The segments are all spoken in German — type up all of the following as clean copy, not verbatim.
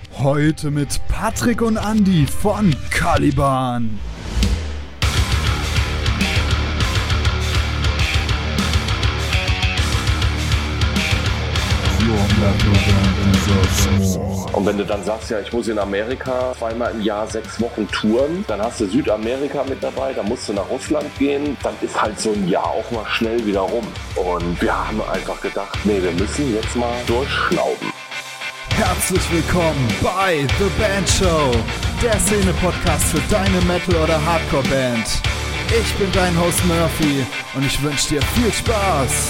Heute mit Patrick und Andy von Caliban. Und wenn du dann sagst, ja, ich muss in Amerika zweimal im Jahr 6 Wochen touren, dann hast du Südamerika mit dabei, dann musst du nach Russland gehen, dann ist halt so ein Jahr auch mal schnell wieder rum. Und wir haben einfach gedacht, nee, wir müssen jetzt mal durchschnauben. Herzlich willkommen bei The Band Show, der Szene-Podcast für deine Metal- oder Hardcore-Band. Ich bin dein Host Murphy und ich wünsche dir viel Spaß.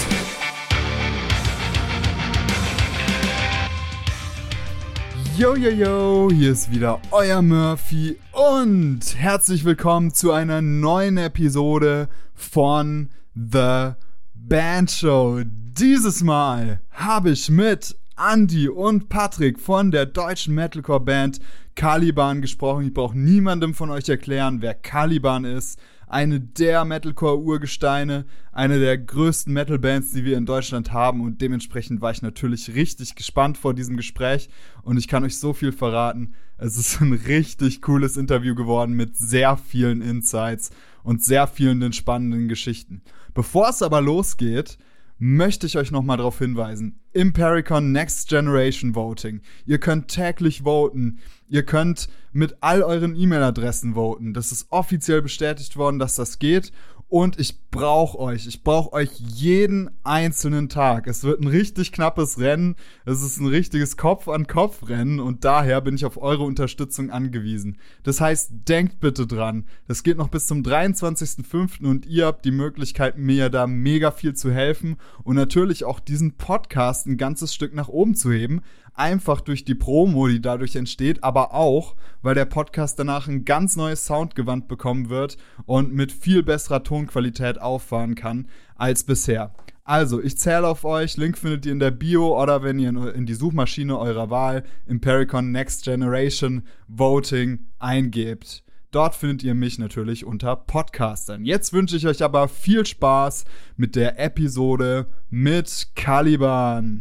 Yo, yo, yo, hier ist wieder euer Murphy und herzlich willkommen zu einer neuen Episode von The Band Show. Dieses Mal habe ich mit Andy und Patrick von der deutschen Metalcore-Band Caliban gesprochen. Ich brauche niemandem von euch erklären, wer Caliban ist. Eine der Metalcore-Urgesteine, eine der größten Metal-Bands, die wir in Deutschland haben. Und dementsprechend war ich natürlich richtig gespannt vor diesem Gespräch. Und ich kann euch so viel verraten. Es ist ein richtig cooles Interview geworden mit sehr vielen Insights und sehr vielen spannenden Geschichten. Bevor es aber losgeht, möchte ich euch nochmal darauf hinweisen. Impericon Next Generation Voting. Ihr könnt täglich voten. Ihr könnt mit all euren E-Mail-Adressen voten. Das ist offiziell bestätigt worden, dass das geht. Und ich brauche euch. Ich brauche euch jeden einzelnen Tag. Es wird ein richtig knappes Rennen. Es ist ein richtiges Kopf-an-Kopf-Rennen. Und daher bin ich auf eure Unterstützung angewiesen. Das heißt, denkt bitte dran. Das geht noch bis zum 23.05. Und ihr habt die Möglichkeit, mir da mega viel zu helfen. Und natürlich auch diesen Podcast ein ganzes Stück nach oben zu heben. Einfach durch die Promo, die dadurch entsteht, aber auch, weil der Podcast danach ein ganz neues Soundgewand bekommen wird und mit viel besserer Tonqualität auffahren kann als bisher. Also, ich zähle auf euch. Link findet ihr in der Bio oder wenn ihr in die Suchmaschine eurer Wahl Impericon Next Generation Voting eingebt. Dort findet ihr mich natürlich unter Podcastern. Jetzt wünsche ich euch aber viel Spaß mit der Episode mit Caliban.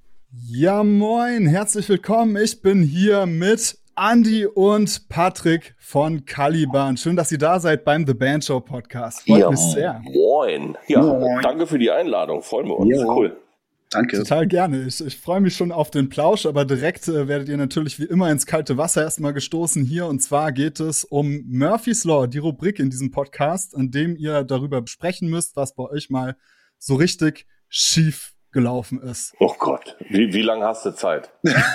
Ja, moin, herzlich willkommen. Ich bin hier mit Andy und Patrick von Caliban. Schön, dass ihr da seid beim The Band Show Podcast. Freut mich sehr. Moin. Ja, moin. Danke für die Einladung. Freuen wir uns. Ja. Cool. Danke. Total gerne. Ich freue mich schon auf den Plausch, aber direkt werdet ihr natürlich wie immer ins kalte Wasser erstmal gestoßen hier. Und zwar geht es um Murphy's Law, die Rubrik in diesem Podcast, an dem ihr darüber besprechen müsst, was bei euch mal so richtig schief gelaufen ist. Oh Gott, wie lange hast du Zeit?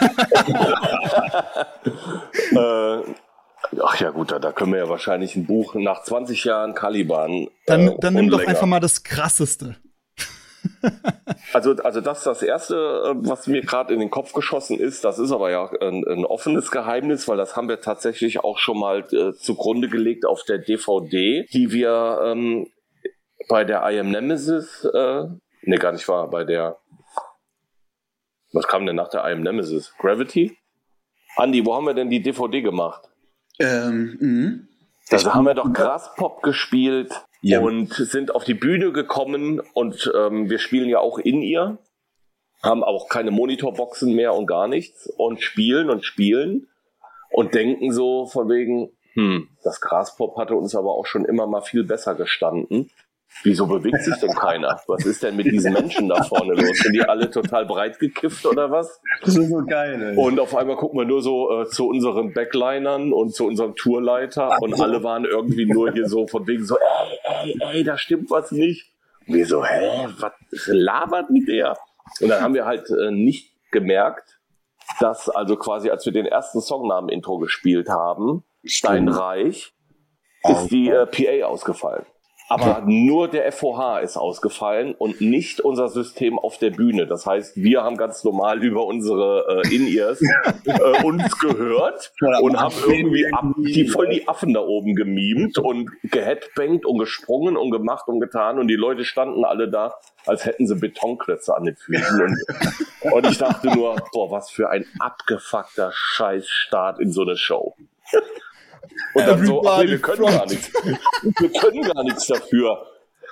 Ach ja gut, da können wir ja wahrscheinlich ein Buch nach 20 Jahren Caliban. Dann nimm doch einfach mal das Krasseste. Also das ist das Erste, was mir gerade in den Kopf geschossen ist. Das ist aber ja ein offenes Geheimnis, weil das haben wir tatsächlich auch schon mal zugrunde gelegt auf der DVD, die wir bei der I Am Nemesis gar nicht wahr, bei der... Was kam denn nach der I Am Nemesis? Gravity? Andi, wo haben wir denn die DVD gemacht? Da haben wir doch Graspop gespielt und sind auf die Bühne gekommen und wir spielen ja auch in ihr, haben auch keine Monitorboxen mehr und gar nichts und spielen und denken so von wegen, das Graspop hatte uns aber auch schon immer mal viel besser gestanden. Wieso bewegt sich denn keiner? Was ist denn mit diesen Menschen da vorne los? Sind die alle total breit gekifft oder was? Das ist so geil, ey. Und auf einmal gucken wir nur so zu unseren Backlinern und zu unserem Tourleiter und alle waren irgendwie nur hier so von wegen so, ey, da stimmt was nicht. Und wir so, was labert mit der? Und dann haben wir halt nicht gemerkt, dass also quasi, als wir den ersten Songnamen-Intro gespielt haben, Steinreich, ist die PA ausgefallen. Aber nur der FOH ist ausgefallen und nicht unser System auf der Bühne. Das heißt, wir haben ganz normal über unsere In-Ears uns gehört und haben irgendwie voll die Affen da oben gemimt und geheadbangt und gesprungen und gemacht und getan. Und die Leute standen alle da, als hätten sie Betonklötze an den Füßen. Und ich dachte nur, boah, was für ein abgefuckter Scheißstart in so eine Show. Und dann so, wir können gar nichts. Wir können gar nichts dafür.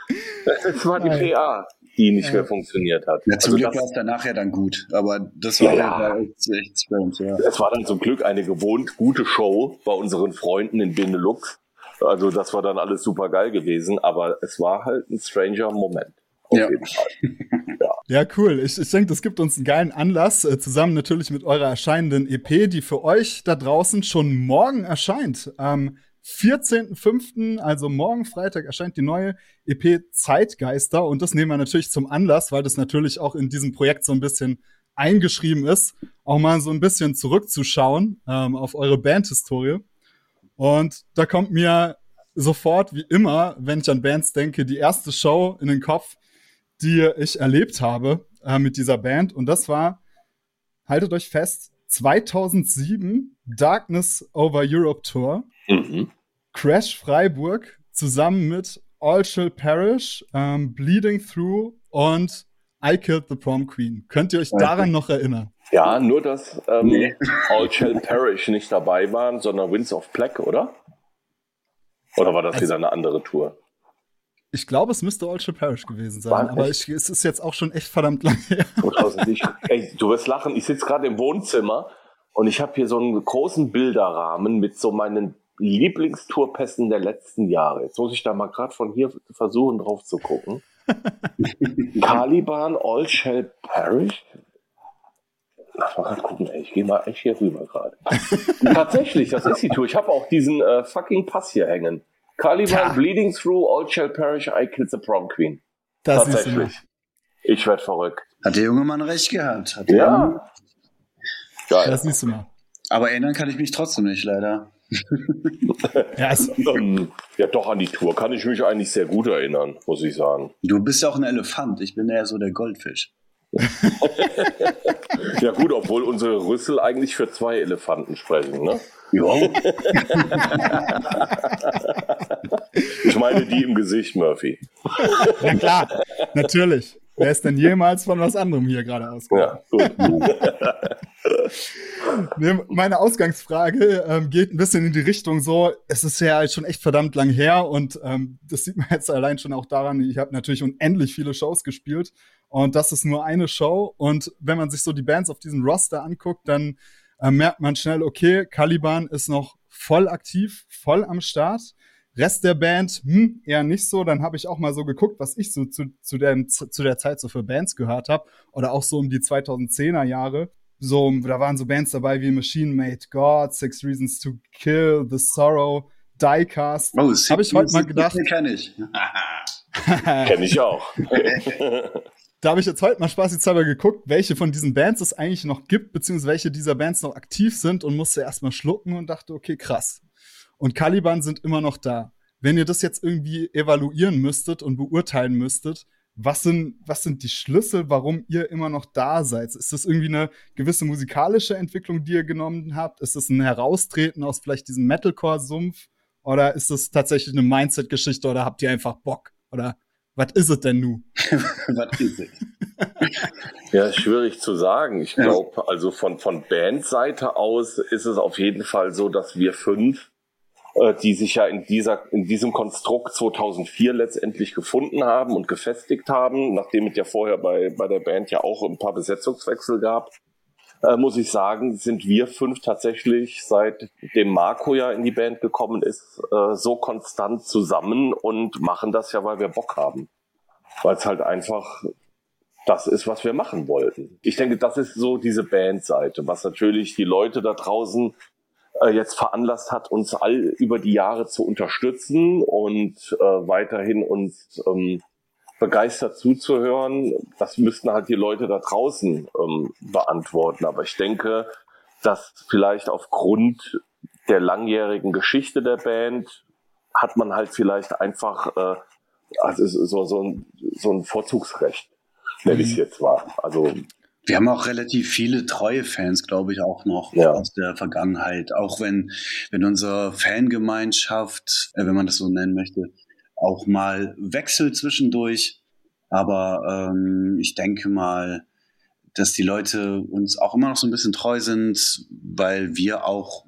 Es war die PA, die nicht mehr funktioniert hat. Ja, zum Glück war es danach ja dann gut, aber das war echt strange, ja. Es war dann zum Glück eine gewohnt gute Show bei unseren Freunden in Benelux. Also das war dann alles super geil gewesen, aber es war halt ein stranger Moment. Auf jeden Fall. Ja, cool. Ich denke, das gibt uns einen geilen Anlass, zusammen natürlich mit eurer erscheinenden EP, die für euch da draußen schon morgen erscheint. Am 14.05., also morgen Freitag, erscheint die neue EP Zeitgeister. Und das nehmen wir natürlich zum Anlass, weil das natürlich auch in diesem Projekt so ein bisschen eingeschrieben ist, auch mal so ein bisschen zurückzuschauen auf eure Bandhistorie. Und da kommt mir sofort, wie immer, wenn ich an Bands denke, die erste Show in den Kopf, die ich erlebt habe mit dieser Band. Und das war, haltet euch fest, 2007 Darkness Over Europe Tour. Crash Freiburg zusammen mit All Shall Perish, Bleeding Through und I Killed the Prom Queen. Könnt ihr euch daran noch erinnern? Ja, nur dass All Shall Perish nicht dabei waren, sondern Winds of Black, oder? Oder war das wieder eine andere Tour? Ich glaube, es müsste All Shall Perish gewesen sein, aber es ist jetzt auch schon echt verdammt lang her. 2000, ey, du wirst lachen, ich sitze gerade im Wohnzimmer und ich habe hier so einen großen Bilderrahmen mit so meinen Lieblingstourpässen der letzten Jahre. Jetzt muss ich da mal gerade von hier versuchen, drauf zu gucken. Caliban, All Shall Perish. Lass mal gerade gucken, ey, ich gehe mal echt hier rüber gerade. Tatsächlich, das ist die Tour. Ich habe auch diesen fucking Pass hier hängen. Caliban, Bleeding Through, All Shall Perish, I Killed the Prom Queen. Das tatsächlich. Ich werde verrückt. Hat der junge Mann recht gehabt. Ja. Geil. Das siehst du mal. Aber erinnern kann ich mich trotzdem nicht, leider. Ja, doch, an die Tour kann ich mich eigentlich sehr gut erinnern, muss ich sagen. Du bist ja auch ein Elefant, ich bin eher so der Goldfisch. Ja gut, obwohl unsere Rüssel eigentlich für 2 Elefanten sprechen, ne? Ja. Ich meine die im Gesicht, Murphy. Ja klar, natürlich. Wer ist denn jemals von was anderem hier gerade ausgegangen? Ja, gut. Meine Ausgangsfrage geht ein bisschen in die Richtung so, es ist ja schon echt verdammt lang her und das sieht man jetzt allein schon auch daran, ich habe natürlich unendlich viele Shows gespielt und das ist nur eine Show und wenn man sich so die Bands auf diesem Roster anguckt, dann merkt man schnell, okay, Caliban ist noch voll aktiv, voll am Start. Rest der Band, eher nicht so. Dann habe ich auch mal so geguckt, was ich so zu der Zeit so für Bands gehört habe. Oder auch so um die 2010er Jahre. So, da waren so Bands dabei wie Machine Made God, Six Reasons to Kill, The Sorrow, Diecast. Oh, habe ich heute mal gedacht. Kenn ich. Kenn ich auch. Da habe ich jetzt heute mal spaßeshalber geguckt, welche von diesen Bands es eigentlich noch gibt, beziehungsweise welche dieser Bands noch aktiv sind und musste erstmal schlucken und dachte, okay, krass. Und Caliban sind immer noch da. Wenn ihr das jetzt irgendwie evaluieren müsstet und beurteilen müsstet, was sind die Schlüssel, warum ihr immer noch da seid? Ist das irgendwie eine gewisse musikalische Entwicklung, die ihr genommen habt? Ist das ein Heraustreten aus vielleicht diesem Metalcore-Sumpf? Oder ist das tatsächlich eine Mindset-Geschichte oder habt ihr einfach Bock? Oder was ist es denn nun? Was ist es? Ja, ist schwierig zu sagen. Ich glaube, also von Bandseite aus ist es auf jeden Fall so, dass wir 5, die sich ja in diesem Konstrukt 2004 letztendlich gefunden haben und gefestigt haben, nachdem es ja vorher bei der Band ja auch ein paar Besetzungswechsel gab, muss ich sagen, sind wir 5 tatsächlich, seitdem Marco ja in die Band gekommen ist, so konstant zusammen und machen das ja, weil wir Bock haben. Weil es halt einfach das ist, was wir machen wollten. Ich denke, das ist so diese Bandseite, was natürlich die Leute da draußen jetzt veranlasst hat, uns all über die Jahre zu unterstützen und weiterhin uns begeistert zuzuhören. Das müssten halt die Leute da draußen beantworten. Aber ich denke, dass vielleicht aufgrund der langjährigen Geschichte der Band hat man halt vielleicht einfach also so ein Vorzugsrecht, nenne ich es jetzt mal. Also wir haben auch relativ viele treue Fans, glaube ich, auch noch aus der Vergangenheit. Auch wenn unsere Fangemeinschaft, wenn man das so nennen möchte, auch mal wechselt zwischendurch. Aber ich denke mal, dass die Leute uns auch immer noch so ein bisschen treu sind, weil wir auch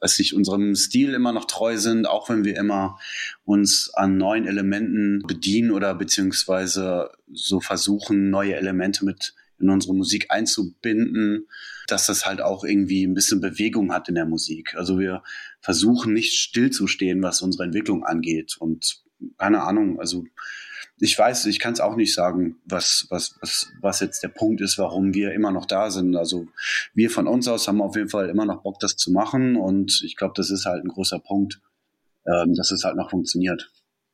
weiß nicht, unserem Stil immer noch treu sind, auch wenn wir immer uns an neuen Elementen bedienen oder beziehungsweise so versuchen, neue Elemente mit in unsere Musik einzubinden, dass das halt auch irgendwie ein bisschen Bewegung hat in der Musik. Also wir versuchen nicht stillzustehen, was unsere Entwicklung angeht. Und keine Ahnung, also ich kann es auch nicht sagen, was jetzt der Punkt ist, warum wir immer noch da sind. Also wir von uns aus haben auf jeden Fall immer noch Bock, das zu machen. Und ich glaube, das ist halt ein großer Punkt, dass es halt noch funktioniert.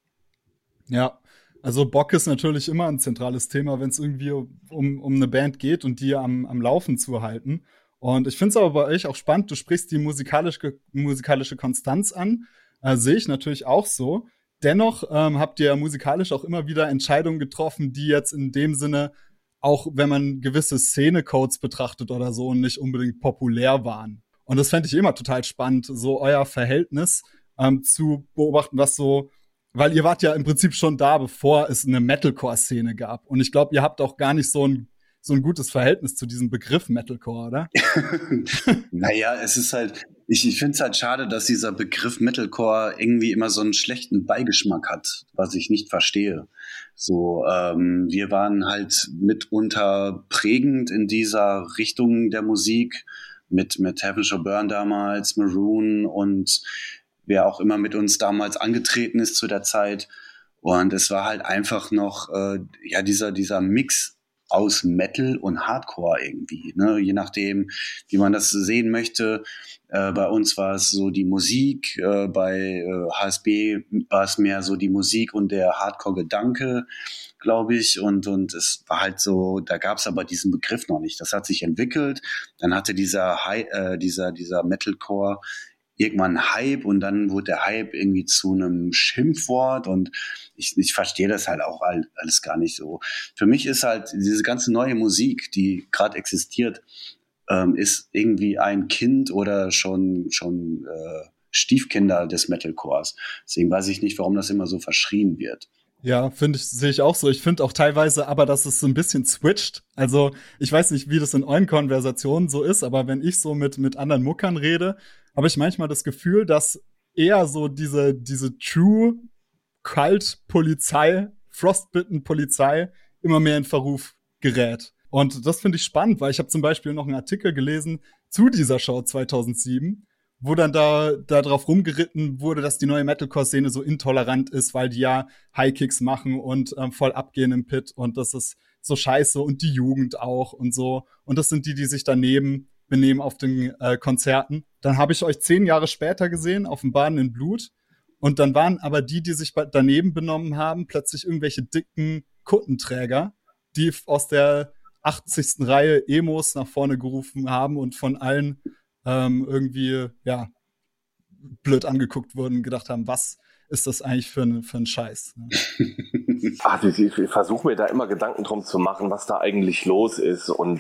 Ja, also Bock ist natürlich immer ein zentrales Thema, wenn es irgendwie um eine Band geht und die am Laufen zu halten. Und ich finde es aber bei euch auch spannend, du sprichst die musikalische Konstanz an. Sehe ich natürlich auch so. Dennoch habt ihr musikalisch auch immer wieder Entscheidungen getroffen, die jetzt in dem Sinne, auch wenn man gewisse Szene-Codes betrachtet oder so, nicht unbedingt populär waren. Und das fände ich immer total spannend, so euer Verhältnis zu beobachten, was so, weil ihr wart ja im Prinzip schon da, bevor es eine Metalcore-Szene gab. Und ich glaube, ihr habt auch gar nicht so ein gutes Verhältnis zu diesem Begriff Metalcore, oder? Naja, es ist halt, ich finde es halt schade, dass dieser Begriff Metalcore irgendwie immer so einen schlechten Beigeschmack hat, was ich nicht verstehe. So, wir waren halt mitunter prägend in dieser Richtung der Musik mit Heaven Shall Burn damals, Maroon und wer auch immer mit uns damals angetreten ist zu der Zeit. Und es war halt einfach noch dieser Mix aus Metal und Hardcore irgendwie, ne? Je nachdem, wie man das sehen möchte. Bei uns war es so die Musik, bei HSB war es mehr so die Musik und der Hardcore-Gedanke, glaube ich. Und es war halt so, da gab es aber diesen Begriff noch nicht. Das hat sich entwickelt. Dann hatte dieser Metalcore irgendwann Hype und dann wurde der Hype irgendwie zu einem Schimpfwort und ich verstehe das halt auch alles gar nicht so. Für mich ist halt diese ganze neue Musik, die gerade existiert, ist irgendwie ein Kind oder schon Stiefkinder des Metalcores. Deswegen weiß ich nicht, warum das immer so verschrien wird. Ja, sehe ich auch so. Ich finde auch teilweise aber, dass es so ein bisschen switcht. Also, ich weiß nicht, wie das in euren Konversationen so ist, aber wenn ich so mit anderen Muckern rede, habe ich manchmal das Gefühl, dass eher so diese True Cult-Polizei, Frostbitten-Polizei immer mehr in Verruf gerät. Und das finde ich spannend, weil ich habe zum Beispiel noch einen Artikel gelesen zu dieser Show 2007, wo dann da drauf rumgeritten wurde, dass die neue Metalcore-Szene so intolerant ist, weil die ja Highkicks machen und voll abgehen im Pit und das ist so scheiße und die Jugend auch und so. Und das sind die sich daneben benehmen auf den Konzerten. Dann habe ich euch 10 Jahre später gesehen auf dem Baden in Blut und dann waren aber die sich daneben benommen haben, plötzlich irgendwelche dicken Kuttenträger, die aus der 80. Reihe Emos nach vorne gerufen haben und von allen irgendwie, ja, blöd angeguckt wurden und gedacht haben, was ist das eigentlich für ein Scheiß? Ne? Also ich versuche mir da immer Gedanken drum zu machen, was da eigentlich los ist und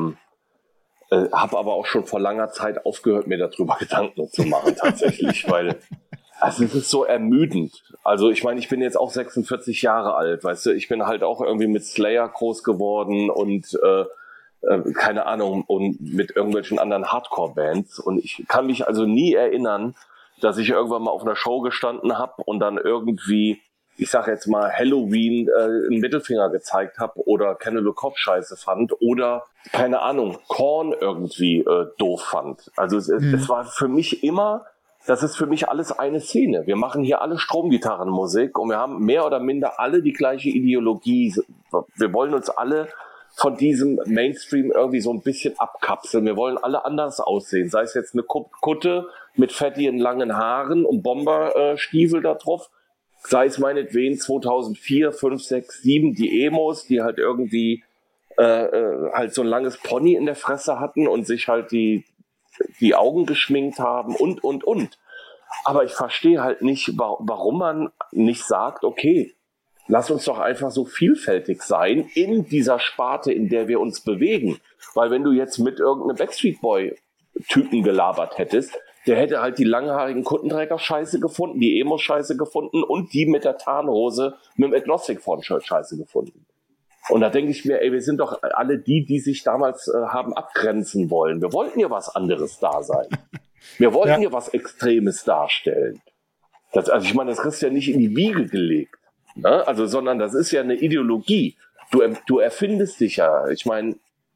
habe aber auch schon vor langer Zeit aufgehört, mir darüber Gedanken zu machen tatsächlich, weil also es ist so ermüdend. Also ich meine, ich bin jetzt auch 46 Jahre alt, weißt du, ich bin halt auch irgendwie mit Slayer groß geworden und keine Ahnung, und mit irgendwelchen anderen Hardcore-Bands. Und ich kann mich also nie erinnern, dass ich irgendwann mal auf einer Show gestanden habe und dann irgendwie, ich sag jetzt mal, Halloween einen Mittelfinger gezeigt habe oder Cannibal Corpse scheiße fand oder, keine Ahnung, Korn irgendwie doof fand. Also es war für mich immer, das ist für mich alles eine Szene. Wir machen hier alle Stromgitarrenmusik und wir haben mehr oder minder alle die gleiche Ideologie. Wir wollen uns alle von diesem Mainstream irgendwie so ein bisschen abkapseln. Wir wollen alle anders aussehen. Sei es jetzt eine Kutte mit fettigen langen Haaren und Bomberstiefel da drauf. Sei es meinetwegen 2004, 5, 6, 7 die Emos, die halt irgendwie halt so ein langes Pony in der Fresse hatten und sich halt die Augen geschminkt haben und. Aber ich verstehe halt nicht, warum man nicht sagt, okay, lass uns doch einfach so vielfältig sein in dieser Sparte, in der wir uns bewegen. Weil wenn du jetzt mit irgendeinem Backstreet Boy-Typen gelabert hättest, der hätte halt die langhaarigen Kuttenträger scheiße gefunden, die Emos scheiße gefunden und die mit der Tarnhose mit dem Agnostic-Font-Shirt scheiße gefunden. Und da denke ich mir, ey, wir sind doch alle die sich damals haben abgrenzen wollen. Wir wollten ja was anderes da sein. Wir wollten hier was Extremes darstellen. Also ich meine, das kriegst du ja nicht in die Wiege gelegt. Ne? Also, sondern das ist ja eine Ideologie. Du erfindest dich ja. Ich meine,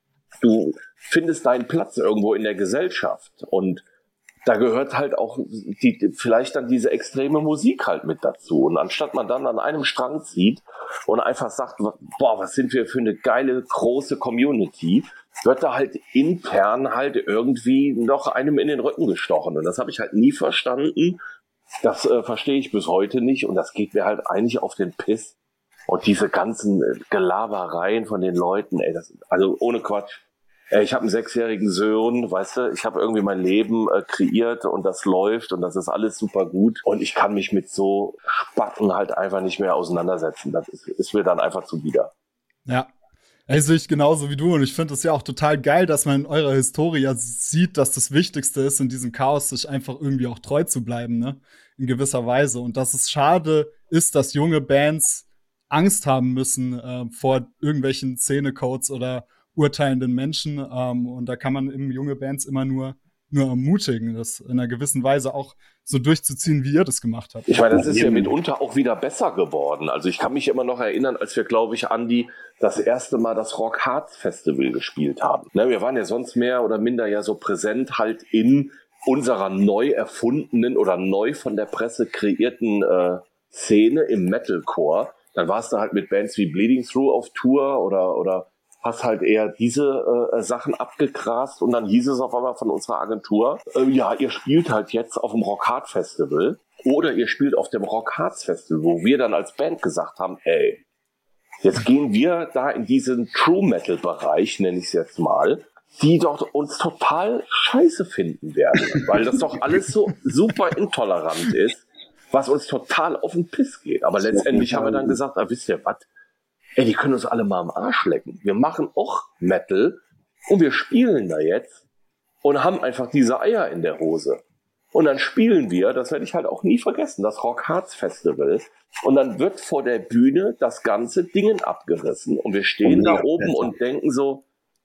du findest deinen Platz irgendwo in der Gesellschaft. Und da gehört halt auch vielleicht dann diese extreme Musik halt mit dazu. Und anstatt man dann an einem Strang zieht und einfach sagt, boah, was sind wir für eine geile, große Community, wird da halt intern halt irgendwie noch einem in den Rücken gestochen. Und das habe ich halt nie verstanden. Das verstehe ich bis heute nicht. Und das geht mir halt eigentlich auf den Piss. Und diese ganzen Gelabereien von den Leuten, ey, also ohne Quatsch. Ich habe einen 6-jährigen Sohn, weißt du, ich habe irgendwie mein Leben kreiert und das läuft und das ist alles super gut. Und ich kann mich mit so Spacken halt einfach nicht mehr auseinandersetzen. Das ist mir dann einfach zuwider. Ja. Also ich genauso wie du und ich finde es ja auch total geil, dass man in eurer Historie ja sieht, dass das Wichtigste ist, in diesem Chaos sich einfach irgendwie auch treu zu bleiben, ne? In gewisser Weise. Und dass es schade ist, dass junge Bands Angst haben müssen vor irgendwelchen Szenecodes oder urteilenden Menschen. Und da kann man eben junge Bands immer nur ermutigen, das in einer gewissen Weise auch so durchzuziehen, wie ihr das gemacht habt. Ich meine, das ist ja mitunter auch wieder besser geworden. Also ich kann mich immer noch erinnern, als wir, glaube ich, Andi, das erste Mal das Rock Harz Festival gespielt haben. Ne, wir waren ja sonst mehr oder minder ja so präsent halt in unserer neu erfundenen oder neu von der Presse kreierten Szene im Metalcore. Dann warst du halt mit Bands wie Bleeding Through auf Tour oder hast halt eher diese Sachen abgegrast und dann hieß es auf einmal von unserer Agentur, ja, ihr spielt halt jetzt auf dem Rock Hard Festival oder ihr spielt auf dem Rock Harz Festival, wo wir dann als Band gesagt haben, ey, jetzt gehen wir da in diesen True Metal Bereich, nenne ich es jetzt mal, die dort uns total scheiße finden werden, weil das doch alles so super intolerant ist, was uns total auf den Piss geht. Aber letztendlich haben wir dann gesagt, wisst ihr was? Ey, die können uns alle mal am Arsch lecken. Wir machen auch Metal und wir spielen da jetzt und haben einfach diese Eier in der Hose. Und dann spielen wir, das werde ich halt auch nie vergessen, das Rock Harz Festival. Und dann wird vor der Bühne das ganze Ding abgerissen. Und wir stehen da oben und denken so,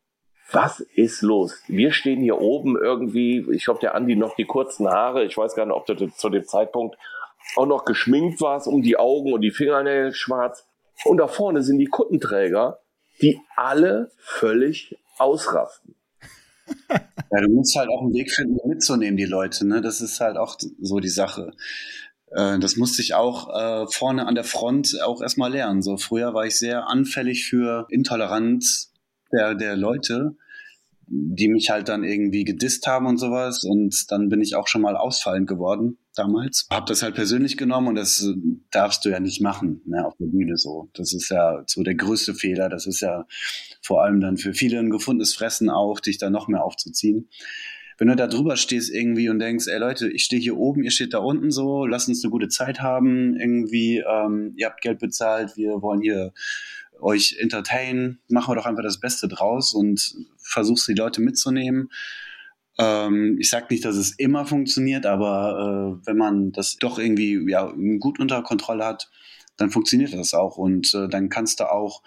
was ist los? Wir stehen hier oben irgendwie, ich glaube, der Andi noch die kurzen Haare, ich weiß gar nicht, ob du zu dem Zeitpunkt auch noch geschminkt warst, um die Augen und die Fingernägel schwarz. Und da vorne sind die Kuttenträger, die alle völlig ausrasten. Ja, du musst halt auch einen Weg finden, mitzunehmen, die Leute, ne? Das ist halt auch so die Sache. Das musste ich auch vorne an der Front auch erstmal lernen. So, früher war ich sehr anfällig für Intoleranz der Leute, die mich halt dann irgendwie gedisst haben und sowas. Und dann bin ich auch schon mal ausfallend geworden damals. Hab das halt persönlich genommen und das darfst du ja nicht machen, ne, auf der Bühne so. Das ist ja so der größte Fehler. Das ist ja vor allem dann für viele ein gefundenes Fressen auch, dich da noch mehr aufzuziehen. Wenn du da drüber stehst irgendwie und denkst, ey Leute, ich stehe hier oben, ihr steht da unten so, lasst uns eine gute Zeit haben, irgendwie, ihr habt Geld bezahlt, wir wollen hier euch entertainen, machen wir doch einfach das Beste draus und versuchst die Leute mitzunehmen. Ich sag nicht, dass es immer funktioniert, aber wenn man das doch irgendwie ja gut unter Kontrolle hat, dann funktioniert das auch und dann kannst du auch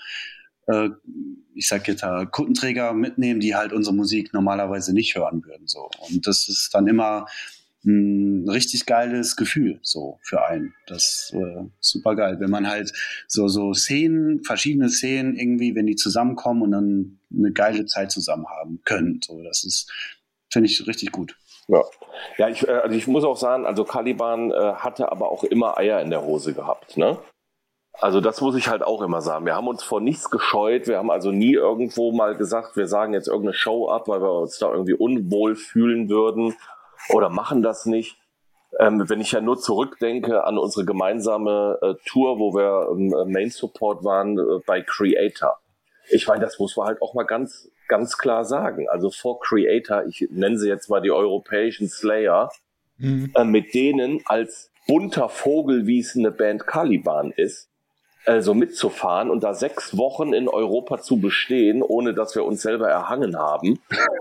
ich sag jetzt Kuttenträger mitnehmen, die halt unsere Musik normalerweise nicht hören würden. So. Und das ist dann immer ein richtig geiles Gefühl so für einen. Das ist super geil, wenn man halt so Szenen, verschiedene Szenen irgendwie, wenn die zusammenkommen und dann eine geile Zeit zusammen haben können. So, das ist, finde ich, richtig gut. Ja, ich muss auch sagen, also Caliban hatte aber auch immer Eier in der Hose gehabt, ne? Also das muss ich halt auch immer sagen. Wir haben uns vor nichts gescheut. Wir haben also nie irgendwo mal gesagt, wir sagen jetzt irgendeine Show ab, weil wir uns da irgendwie unwohl fühlen würden oder machen das nicht. Wenn ich ja nur zurückdenke an unsere gemeinsame Tour, wo wir Main Support waren bei Creator. Ich meine, das muss man halt auch mal ganz, ganz klar sagen. Also vor Creator, ich nenne sie jetzt mal die europäischen Slayer, mit denen als bunter Vogel, wie es eine Band Caliban ist, also mitzufahren und da 6 Wochen in Europa zu bestehen, ohne dass wir uns selber erhangen haben.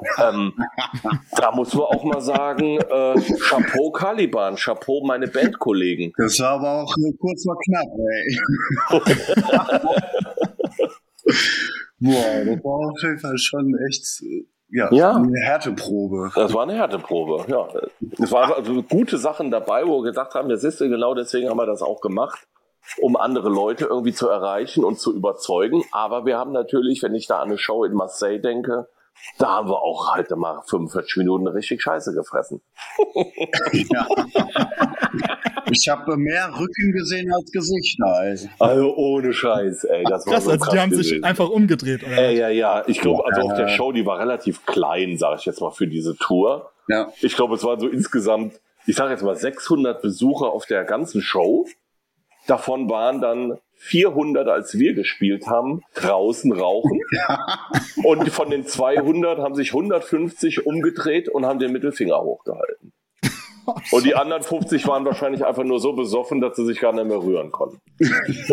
Da muss man auch mal sagen, Chapeau Caliban, Chapeau meine Bandkollegen. Das war aber auch kurz vor knapp, ey. Boah, das war auf jeden Fall schon echt eine Härteprobe. Das war eine Härteprobe, ja. Es waren also gute Sachen dabei, wo wir gedacht haben, das ist genau deswegen haben wir das auch gemacht, um andere Leute irgendwie zu erreichen und zu überzeugen. Aber wir haben natürlich, wenn ich da an eine Show in Marseille denke, da haben wir auch halt mal 45 Minuten richtig Scheiße gefressen. Ja. Ich habe mehr Rücken gesehen als Gesichter, ey. Also ohne Scheiß, ey. Das war krass, so also die haben gewesen. sich einfach umgedreht, oder? Ja. Ich glaube, also auf der Show, die war relativ klein, sage ich jetzt mal, für diese Tour. Ja. Ich glaube, es waren so insgesamt, ich sage jetzt mal 600 Besucher auf der ganzen Show. Davon waren dann 400, als wir gespielt haben, draußen rauchen. Und von den 200 haben sich 150 umgedreht und haben den Mittelfinger hochgehalten. Und die anderen 50 waren wahrscheinlich einfach nur so besoffen, dass sie sich gar nicht mehr rühren konnten. Ey,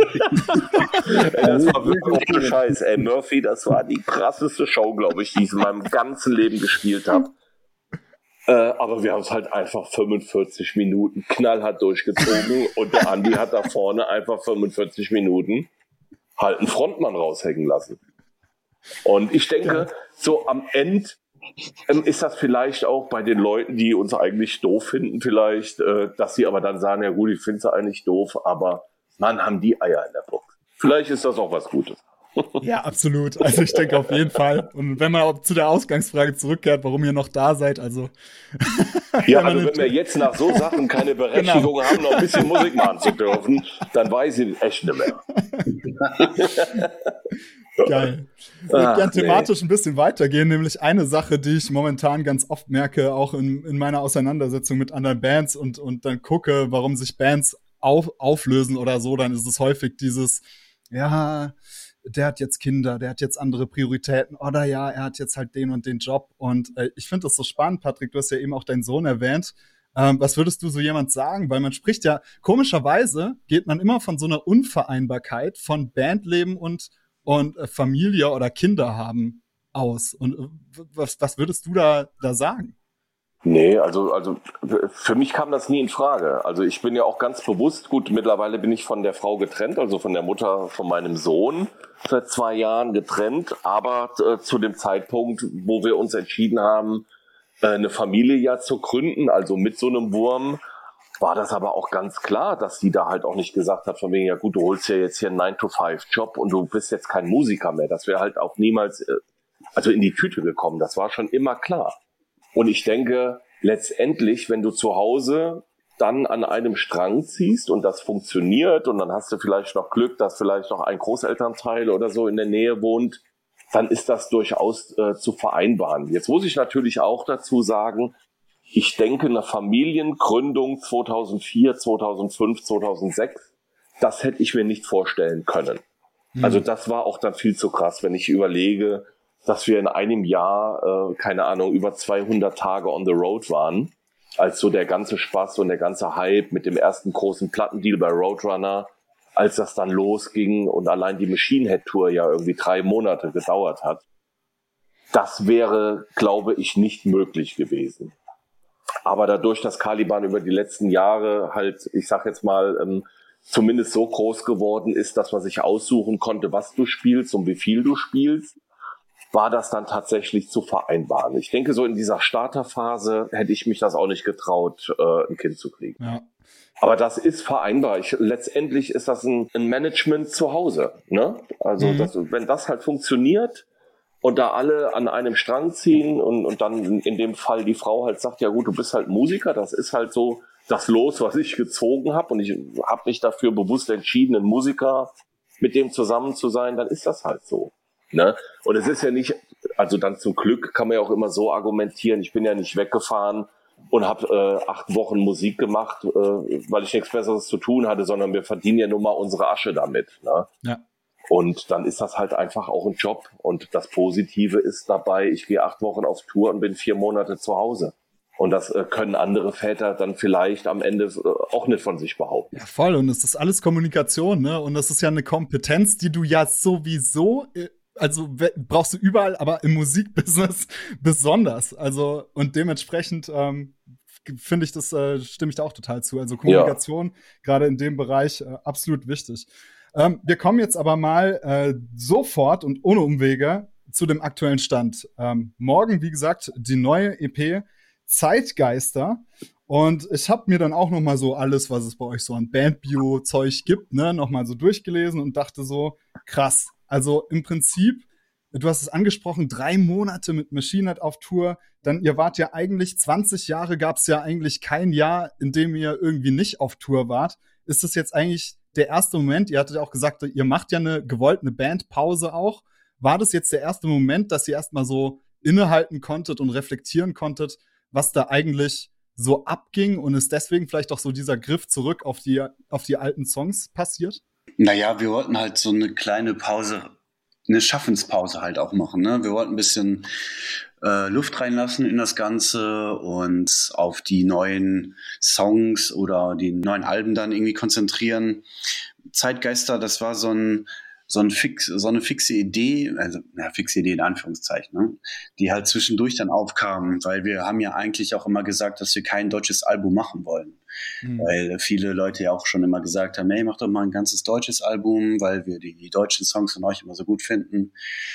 das war wirklich ohne Scheiß. Ey, Murphy, das war die krasseste Show, glaube ich, die ich in meinem ganzen Leben gespielt habe. Aber wir haben es halt einfach 45 Minuten knallhart durchgezogen und der Andi hat da vorne einfach 45 Minuten halt einen Frontmann raushängen lassen. Und ich denke, so am Ende ist das vielleicht auch bei den Leuten, die uns eigentlich doof finden vielleicht, dass sie aber dann sagen, ja gut, ich finde sie eigentlich doof, aber Mann, haben die Eier in der Box. Vielleicht ist das auch was Gutes. Ja, absolut. Also ich denke auf jeden Fall. Und wenn man auch zu der Ausgangsfrage zurückkehrt, warum ihr noch da seid, also... Ja, also wenn wir jetzt nach so Sachen keine Berechtigung haben, noch ein bisschen Musik machen zu dürfen, dann weiß ich echt nicht mehr. Geil. Ich würde gerne thematisch ein bisschen weitergehen, nämlich eine Sache, die ich momentan ganz oft merke, auch in meiner Auseinandersetzung mit anderen Bands und dann gucke, warum sich Bands auflösen oder so, dann ist es häufig dieses, ja, der hat jetzt Kinder, der hat jetzt andere Prioritäten oder ja, er hat jetzt halt den und den Job und ich finde das so spannend, Patrick, du hast ja eben auch deinen Sohn erwähnt. Was würdest du so jemand sagen? Weil man spricht ja, komischerweise geht man immer von so einer Unvereinbarkeit von Bandleben und Familie oder Kinder haben aus. Und was würdest du da sagen? Nee, also für mich kam das nie in Frage. Also ich bin ja auch ganz bewusst, gut, mittlerweile bin ich von der Frau getrennt, also von der Mutter von meinem Sohn seit 2 Jahren getrennt, aber zu dem Zeitpunkt, wo wir uns entschieden haben, eine Familie ja zu gründen, also mit so einem Wurm, war das aber auch ganz klar, dass sie da halt auch nicht gesagt hat, von wegen, ja gut, du holst ja jetzt hier einen 9-to-5-Job und du bist jetzt kein Musiker mehr. Das wäre halt auch niemals also in die Tüte gekommen. Das war schon immer klar. Und ich denke, letztendlich, wenn du zu Hause dann an einem Strang ziehst und das funktioniert und dann hast du vielleicht noch Glück, dass vielleicht noch ein Großelternteil oder so in der Nähe wohnt, dann ist das durchaus zu vereinbaren. Jetzt muss ich natürlich auch dazu sagen, ich denke, eine Familiengründung 2004, 2005, 2006, das hätte ich mir nicht vorstellen können. Also das war auch dann viel zu krass, wenn ich überlege, dass wir in einem Jahr, keine Ahnung, über 200 Tage on the road waren, als so der ganze Spaß und der ganze Hype mit dem ersten großen Plattendeal bei Roadrunner, als das dann losging und allein die Machine Head Tour ja irgendwie 3 Monate gedauert hat. Das wäre, glaube ich, nicht möglich gewesen. Aber dadurch, dass Caliban über die letzten Jahre halt, ich sag jetzt mal, zumindest so groß geworden ist, dass man sich aussuchen konnte, was du spielst und wie viel du spielst, war das dann tatsächlich zu vereinbaren. Ich denke, so in dieser Starterphase hätte ich mich das auch nicht getraut, ein Kind zu kriegen. Ja. Aber das ist vereinbar. Letztendlich ist das ein Management zu Hause. Ne? Also wenn das halt funktioniert und da alle an einem Strang ziehen und dann in dem Fall die Frau halt sagt, ja gut, du bist halt Musiker, das ist halt so das Los, was ich gezogen habe und ich habe mich dafür bewusst entschieden, ein Musiker mit dem zusammen zu sein, dann ist das halt so. Ne? Und es ist ja nicht, also dann zum Glück kann man ja auch immer so argumentieren, ich bin ja nicht weggefahren und habe 8 Wochen Musik gemacht, weil ich nichts Besseres zu tun hatte, sondern wir verdienen ja nur mal unsere Asche damit. Ne? Ja. Und dann ist das halt einfach auch ein Job. Und das Positive ist dabei, ich gehe 8 Wochen auf Tour und bin 4 Monate zu Hause. Und das können andere Väter dann vielleicht am Ende auch nicht von sich behaupten. Ja, voll. Und es ist alles Kommunikation, ne? Und das ist ja eine Kompetenz, die du ja sowieso, also brauchst du überall, aber im Musikbusiness besonders. Also, und dementsprechend finde ich, das stimme ich da auch total zu. Also Kommunikation, gerade in dem Bereich, absolut wichtig. Wir kommen jetzt aber mal sofort und ohne Umwege zu dem aktuellen Stand. Morgen, wie gesagt, die neue EP Zeitgeister. Und ich habe mir dann auch noch mal so alles, was es bei euch so an Bandbio-Zeug gibt, ne, noch mal so durchgelesen und dachte so, krass. Also im Prinzip, du hast es angesprochen, 3 Monate mit Machine Head auf Tour. Dann, ihr wart ja eigentlich 20 Jahre, gab es ja eigentlich kein Jahr, in dem ihr irgendwie nicht auf Tour wart. Ist das jetzt eigentlich der erste Moment? Ihr hattet ja auch gesagt, ihr macht ja eine gewollte Bandpause auch. War das jetzt der erste Moment, dass ihr erstmal so innehalten konntet und reflektieren konntet, was da eigentlich so abging und ist deswegen vielleicht auch so dieser Griff zurück auf die alten Songs passiert? Naja, wir wollten halt so eine kleine Pause, eine Schaffenspause halt auch machen. Ne? Wir wollten ein bisschen Luft reinlassen in das Ganze und auf die neuen Songs oder die neuen Alben dann irgendwie konzentrieren. Zeitgeister, das war so eine fixe Idee, also fixe Idee in Anführungszeichen, ne? Die halt zwischendurch dann aufkam, weil wir haben ja eigentlich auch immer gesagt, dass wir kein deutsches Album machen wollen. Weil viele Leute ja auch schon immer gesagt haben, hey, mach doch mal ein ganzes deutsches Album, weil wir die deutschen Songs von euch immer so gut finden.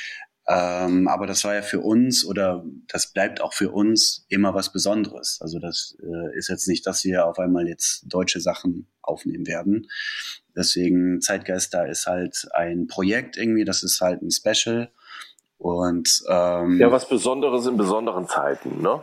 Aber das war ja für uns oder das bleibt auch für uns immer was Besonderes. Also das ist jetzt nicht, dass wir auf einmal jetzt deutsche Sachen aufnehmen werden. Deswegen Zeitgeister ist halt ein Projekt irgendwie, das ist halt ein Special. Und ja, was Besonderes in besonderen Zeiten, ne?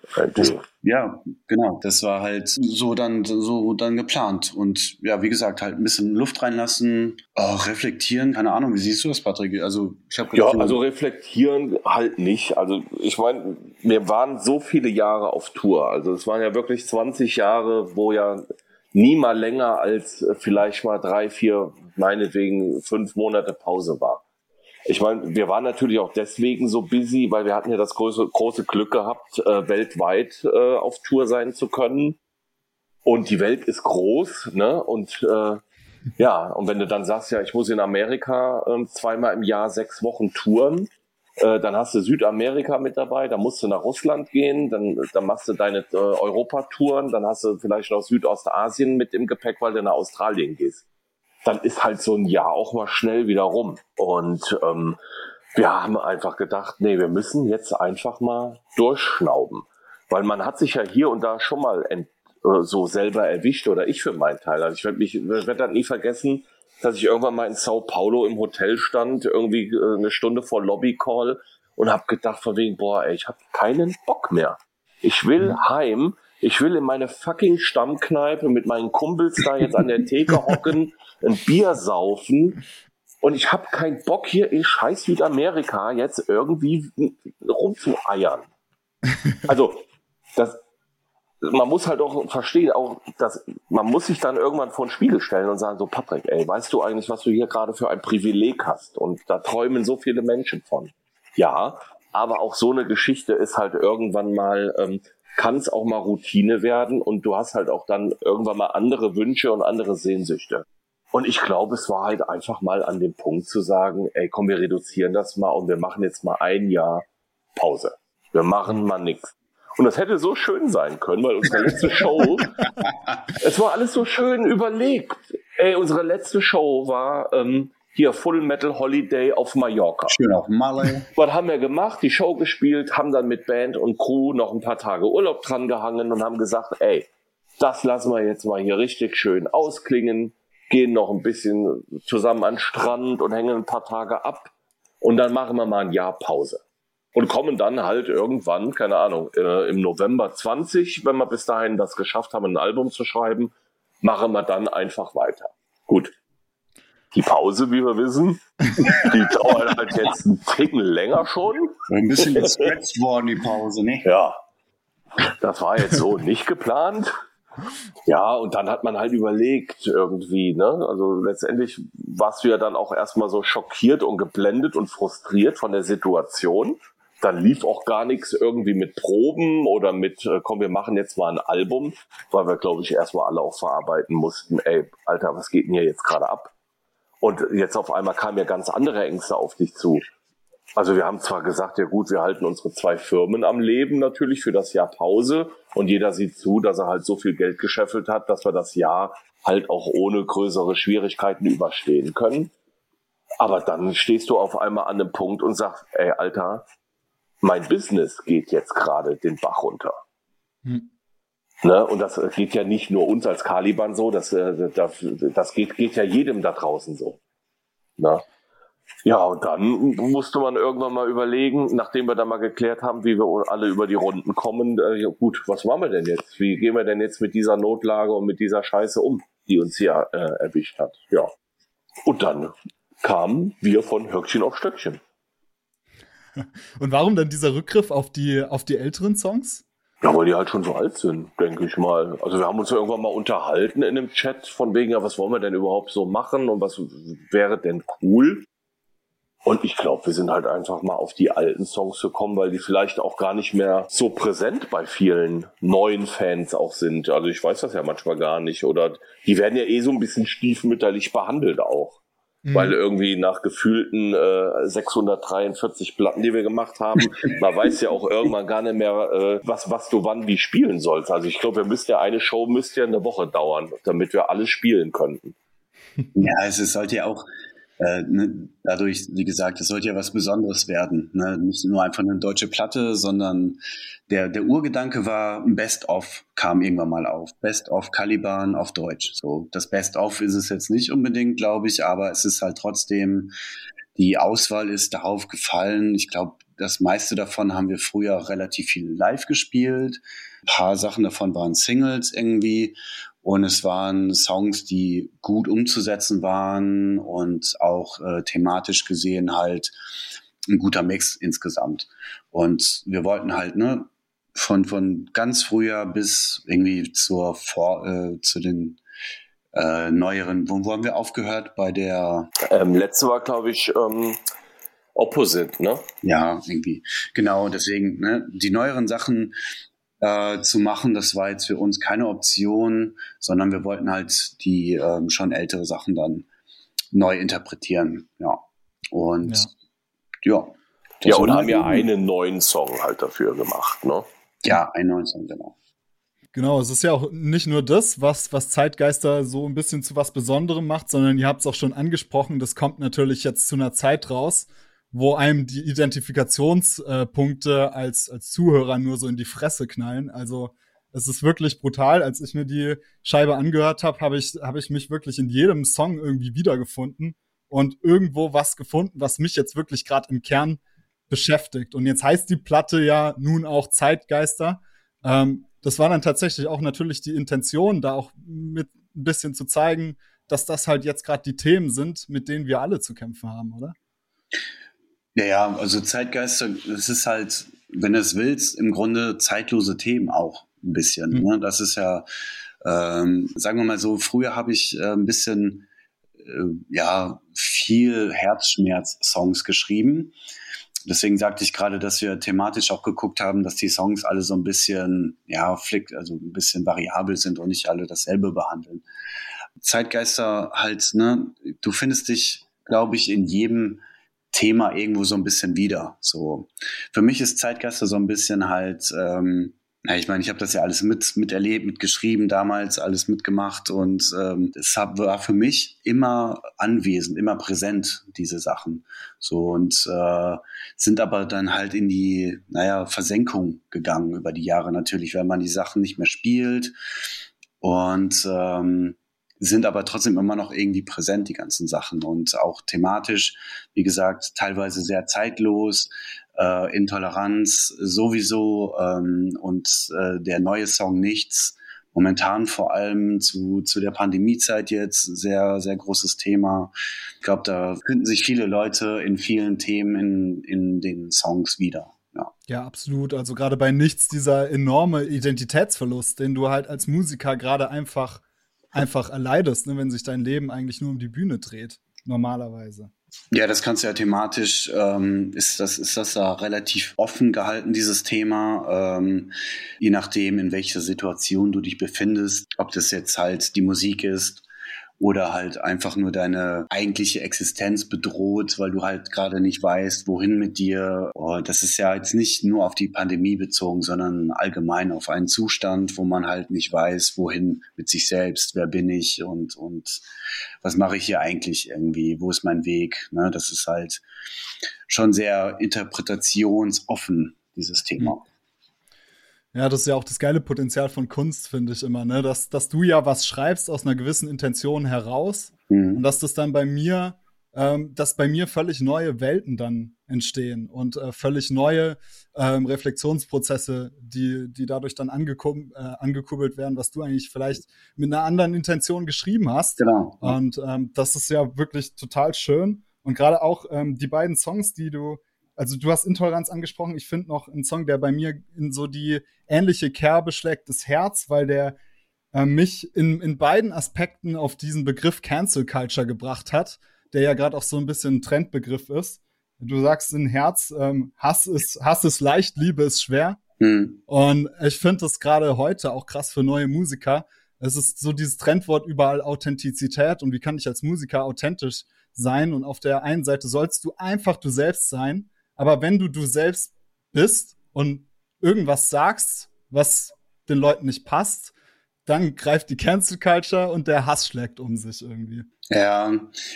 Ja, genau. Das war halt so dann geplant. Und ja, wie gesagt, halt ein bisschen Luft reinlassen, reflektieren. Keine Ahnung, wie siehst du das, Patrick? Also ich habe gedacht, also reflektieren halt nicht. Also ich meine, wir waren so viele Jahre auf Tour. Also es waren ja wirklich 20 Jahre, wo ja nie mal länger als vielleicht mal 3, 4, meinetwegen 5 Monate Pause war. Ich meine, wir waren natürlich auch deswegen so busy, weil wir hatten ja das große Glück gehabt, weltweit auf Tour sein zu können. Und die Welt ist groß, ne? Und und wenn du dann sagst, ja, ich muss in Amerika 2-mal im Jahr 6 Wochen touren, dann hast du Südamerika mit dabei, dann musst du nach Russland gehen, dann machst du deine Europatouren, dann hast du vielleicht noch Südostasien mit im Gepäck, weil du nach Australien gehst. Dann ist halt so ein Jahr auch mal schnell wieder rum. Und wir haben einfach gedacht, nee, wir müssen jetzt einfach mal durchschnauben. Weil man hat sich ja hier und da schon mal so selber erwischt, oder ich für meinen Teil. Also ich werde das nie vergessen, dass ich irgendwann mal in Sao Paulo im Hotel stand, irgendwie eine Stunde vor Lobbycall und habe gedacht von wegen, boah, ey, ich habe keinen Bock mehr. Ich will heim, ich will in meine fucking Stammkneipe mit meinen Kumpels da jetzt an der Theke hocken, ein Bier saufen und ich habe keinen Bock hier in scheiß Südamerika jetzt irgendwie rumzueiern. Also man muss halt auch verstehen, man muss sich dann irgendwann vor den Spiegel stellen und sagen, so Patrick, ey, weißt du eigentlich, was du hier gerade für ein Privileg hast? Und da träumen so viele Menschen von. Ja, aber auch so eine Geschichte ist halt irgendwann mal, kann es auch mal Routine werden und du hast halt auch dann irgendwann mal andere Wünsche und andere Sehnsüchte. Und ich glaube, es war halt einfach mal an dem Punkt zu sagen, ey, komm, wir reduzieren das mal und wir machen jetzt mal 1 Jahr Pause. Wir machen mal nichts. Und das hätte so schön sein können, weil unsere letzte Show, es war alles so schön überlegt. Ey, unsere letzte Show war hier Full Metal Holiday auf Mallorca. Schön auf Malle. Was haben wir gemacht? Die Show gespielt, haben dann mit Band und Crew noch ein paar Tage Urlaub dran gehangen und haben gesagt, ey, das lassen wir jetzt mal hier richtig schön ausklingen, gehen noch ein bisschen zusammen an den Strand und hängen ein paar Tage ab und dann machen wir mal 1 Jahr Pause. Und kommen dann halt irgendwann, keine Ahnung, im November 20, wenn wir bis dahin das geschafft haben, ein Album zu schreiben, machen wir dann einfach weiter. Gut. Die Pause, wie wir wissen, die dauert halt jetzt einen Ticken länger schon. Ein bisschen gestretched worden, die Pause, ne? Ja. Das war jetzt so nicht geplant. Ja, und dann hat man halt überlegt irgendwie, ne? Also letztendlich warst du ja dann auch erstmal so schockiert und geblendet und frustriert von der Situation. Dann lief auch gar nichts irgendwie mit Proben oder mit, komm, wir machen jetzt mal ein Album, weil wir, glaube ich, erstmal alle auch verarbeiten mussten, ey, Alter, was geht denn hier jetzt gerade ab? Und jetzt auf einmal kamen ja ganz andere Ängste auf dich zu. Also wir haben zwar gesagt, ja gut, wir halten unsere 2 Firmen am Leben natürlich für das Jahr Pause und jeder sieht zu, dass er halt so viel Geld gescheffelt hat, dass wir das Jahr halt auch ohne größere Schwierigkeiten überstehen können. Aber dann stehst du auf einmal an einem Punkt und sagst, ey, Alter, mein Business geht jetzt gerade den Bach runter. Ne? Und das geht ja nicht nur uns als Caliban so, das geht ja jedem da draußen so. Ne? Ja, und dann musste man irgendwann mal überlegen, nachdem wir dann mal geklärt haben, wie wir alle über die Runden kommen, ja gut, was machen wir denn jetzt? Wie gehen wir denn jetzt mit dieser Notlage und mit dieser Scheiße um, die uns hier erwischt hat? Ja. Und dann kamen wir von Höckchen auf Stöckchen. Und warum dann dieser Rückgriff auf die älteren Songs? Ja, weil die halt schon so alt sind, denke ich mal. Also wir haben uns ja irgendwann mal unterhalten in einem Chat von wegen, ja, was wollen wir denn überhaupt so machen und was wäre denn cool? Und ich glaube, wir sind halt einfach mal auf die alten Songs gekommen, weil die vielleicht auch gar nicht mehr so präsent bei vielen neuen Fans auch sind. Also ich weiß das ja manchmal gar nicht. Oder die werden ja eh so ein bisschen stiefmütterlich behandelt auch. Weil irgendwie nach gefühlten 643 Platten, die wir gemacht haben, man weiß ja auch irgendwann gar nicht mehr, was du wann wie spielen sollst. Also ich glaube, eine Show müsste ja eine Woche dauern, damit wir alles spielen könnten. Ja, es sollte ja auch dadurch, wie gesagt, es sollte ja was Besonderes werden. Ne? Nicht nur einfach eine deutsche Platte, sondern der Urgedanke war, ein Best-of kam irgendwann mal auf. Best-of Caliban auf Deutsch. So, das Best-of ist es jetzt nicht unbedingt, glaube ich, aber es ist halt trotzdem, die Auswahl ist darauf gefallen. Ich glaube, das meiste davon haben wir früher relativ viel live gespielt. Ein paar Sachen davon waren Singles irgendwie. Und es waren Songs, die gut umzusetzen waren und auch thematisch gesehen halt ein guter Mix insgesamt. Und wir wollten halt von ganz früher bis irgendwie zu den neueren. Wo haben wir aufgehört? Bei der letzte war, glaube ich, Opposite, ne? Ja, irgendwie. Genau, deswegen, ne, die neueren Sachen zu machen, das war jetzt für uns keine Option, sondern wir wollten halt die schon ältere Sachen dann neu interpretieren. Ja. Und ja. Ja, und haben ja einen neuen Song halt dafür gemacht, ne? Ja, einen neuen Song, genau. Genau, es ist ja auch nicht nur das, was Zeitgeister so ein bisschen zu was Besonderem macht, sondern ihr habt es auch schon angesprochen, das kommt natürlich jetzt zu einer Zeit raus, wo einem die Identifikationspunkte als Zuhörer nur so in die Fresse knallen. Also es ist wirklich brutal. Als ich mir die Scheibe angehört habe, habe ich mich wirklich in jedem Song irgendwie wiedergefunden und irgendwo was gefunden, was mich jetzt wirklich gerade im Kern beschäftigt. Und jetzt heißt die Platte ja nun auch Zeitgeister. Das war dann tatsächlich auch natürlich die Intention, da auch mit ein bisschen zu zeigen, dass das halt jetzt gerade die Themen sind, mit denen wir alle zu kämpfen haben, oder? Ja, also Zeitgeister, das ist halt, wenn du es willst, im Grunde zeitlose Themen auch ein bisschen. Ne? Das ist ja, sagen wir mal so, früher habe ich ein bisschen, viel Herzschmerz-Songs geschrieben. Deswegen sagte ich gerade, dass wir thematisch auch geguckt haben, dass die Songs alle so ein bisschen, also ein bisschen variabel sind und nicht alle dasselbe behandeln. Zeitgeister halt, ne, du findest dich, glaube ich, in jedem Thema irgendwo so ein bisschen wieder. So, für mich ist Zeitgeister so ein bisschen halt, ich meine, ich habe das ja alles miterlebt, mitgeschrieben damals, alles mitgemacht und es war für mich immer anwesend, immer präsent, diese Sachen. So und sind aber dann halt in die, Versenkung gegangen über die Jahre natürlich, weil man die Sachen nicht mehr spielt und sind aber trotzdem immer noch irgendwie präsent, die ganzen Sachen. Und auch thematisch, wie gesagt, teilweise sehr zeitlos, Intoleranz sowieso und der neue Song Nichts. Momentan vor allem zu der Pandemiezeit jetzt sehr, sehr großes Thema. Ich glaube, da finden sich viele Leute in vielen Themen in den Songs wieder. Ja, absolut. Also gerade bei Nichts dieser enorme Identitätsverlust, den du halt als Musiker gerade einfach erleidest, ne, wenn sich dein Leben eigentlich nur um die Bühne dreht, normalerweise. Ja, das kannst du ja thematisch, ist das da relativ offen gehalten, dieses Thema, je nachdem, in welcher Situation du dich befindest, ob das jetzt halt die Musik ist oder halt einfach nur deine eigentliche Existenz bedroht, weil du halt gerade nicht weißt, wohin mit dir. Oh, das ist ja jetzt nicht nur auf die Pandemie bezogen, sondern allgemein auf einen Zustand, wo man halt nicht weiß, wohin mit sich selbst, wer bin ich und was mache ich hier eigentlich irgendwie, wo ist mein Weg? Ne? Das ist halt schon sehr interpretationsoffen, dieses Thema. Ja, das ist ja auch das geile Potenzial von Kunst, finde ich immer, ne? Dass du ja was schreibst aus einer gewissen Intention heraus und dass das dann dass bei mir völlig neue Welten dann entstehen und völlig neue Reflexionsprozesse, die dadurch dann angekurbelt werden, was du eigentlich vielleicht mit einer anderen Intention geschrieben hast. Genau. Und das ist ja wirklich total schön. Und gerade auch die beiden Songs, also du hast Intoleranz angesprochen. Ich finde noch einen Song, der bei mir in so die ähnliche Kerbe schlägt, das Herz, weil der mich in beiden Aspekten auf diesen Begriff Cancel Culture gebracht hat, der ja gerade auch so ein bisschen ein Trendbegriff ist. Du sagst in Herz, Hass ist leicht, Liebe ist schwer. Und ich finde das gerade heute auch krass für neue Musiker. Es ist so dieses Trendwort überall Authentizität und wie kann ich als Musiker authentisch sein? Und auf der einen Seite sollst du einfach du selbst sein, aber wenn du selbst bist und irgendwas sagst, was den Leuten nicht passt, dann greift die Cancel Culture und der Hass schlägt um sich irgendwie. Ja,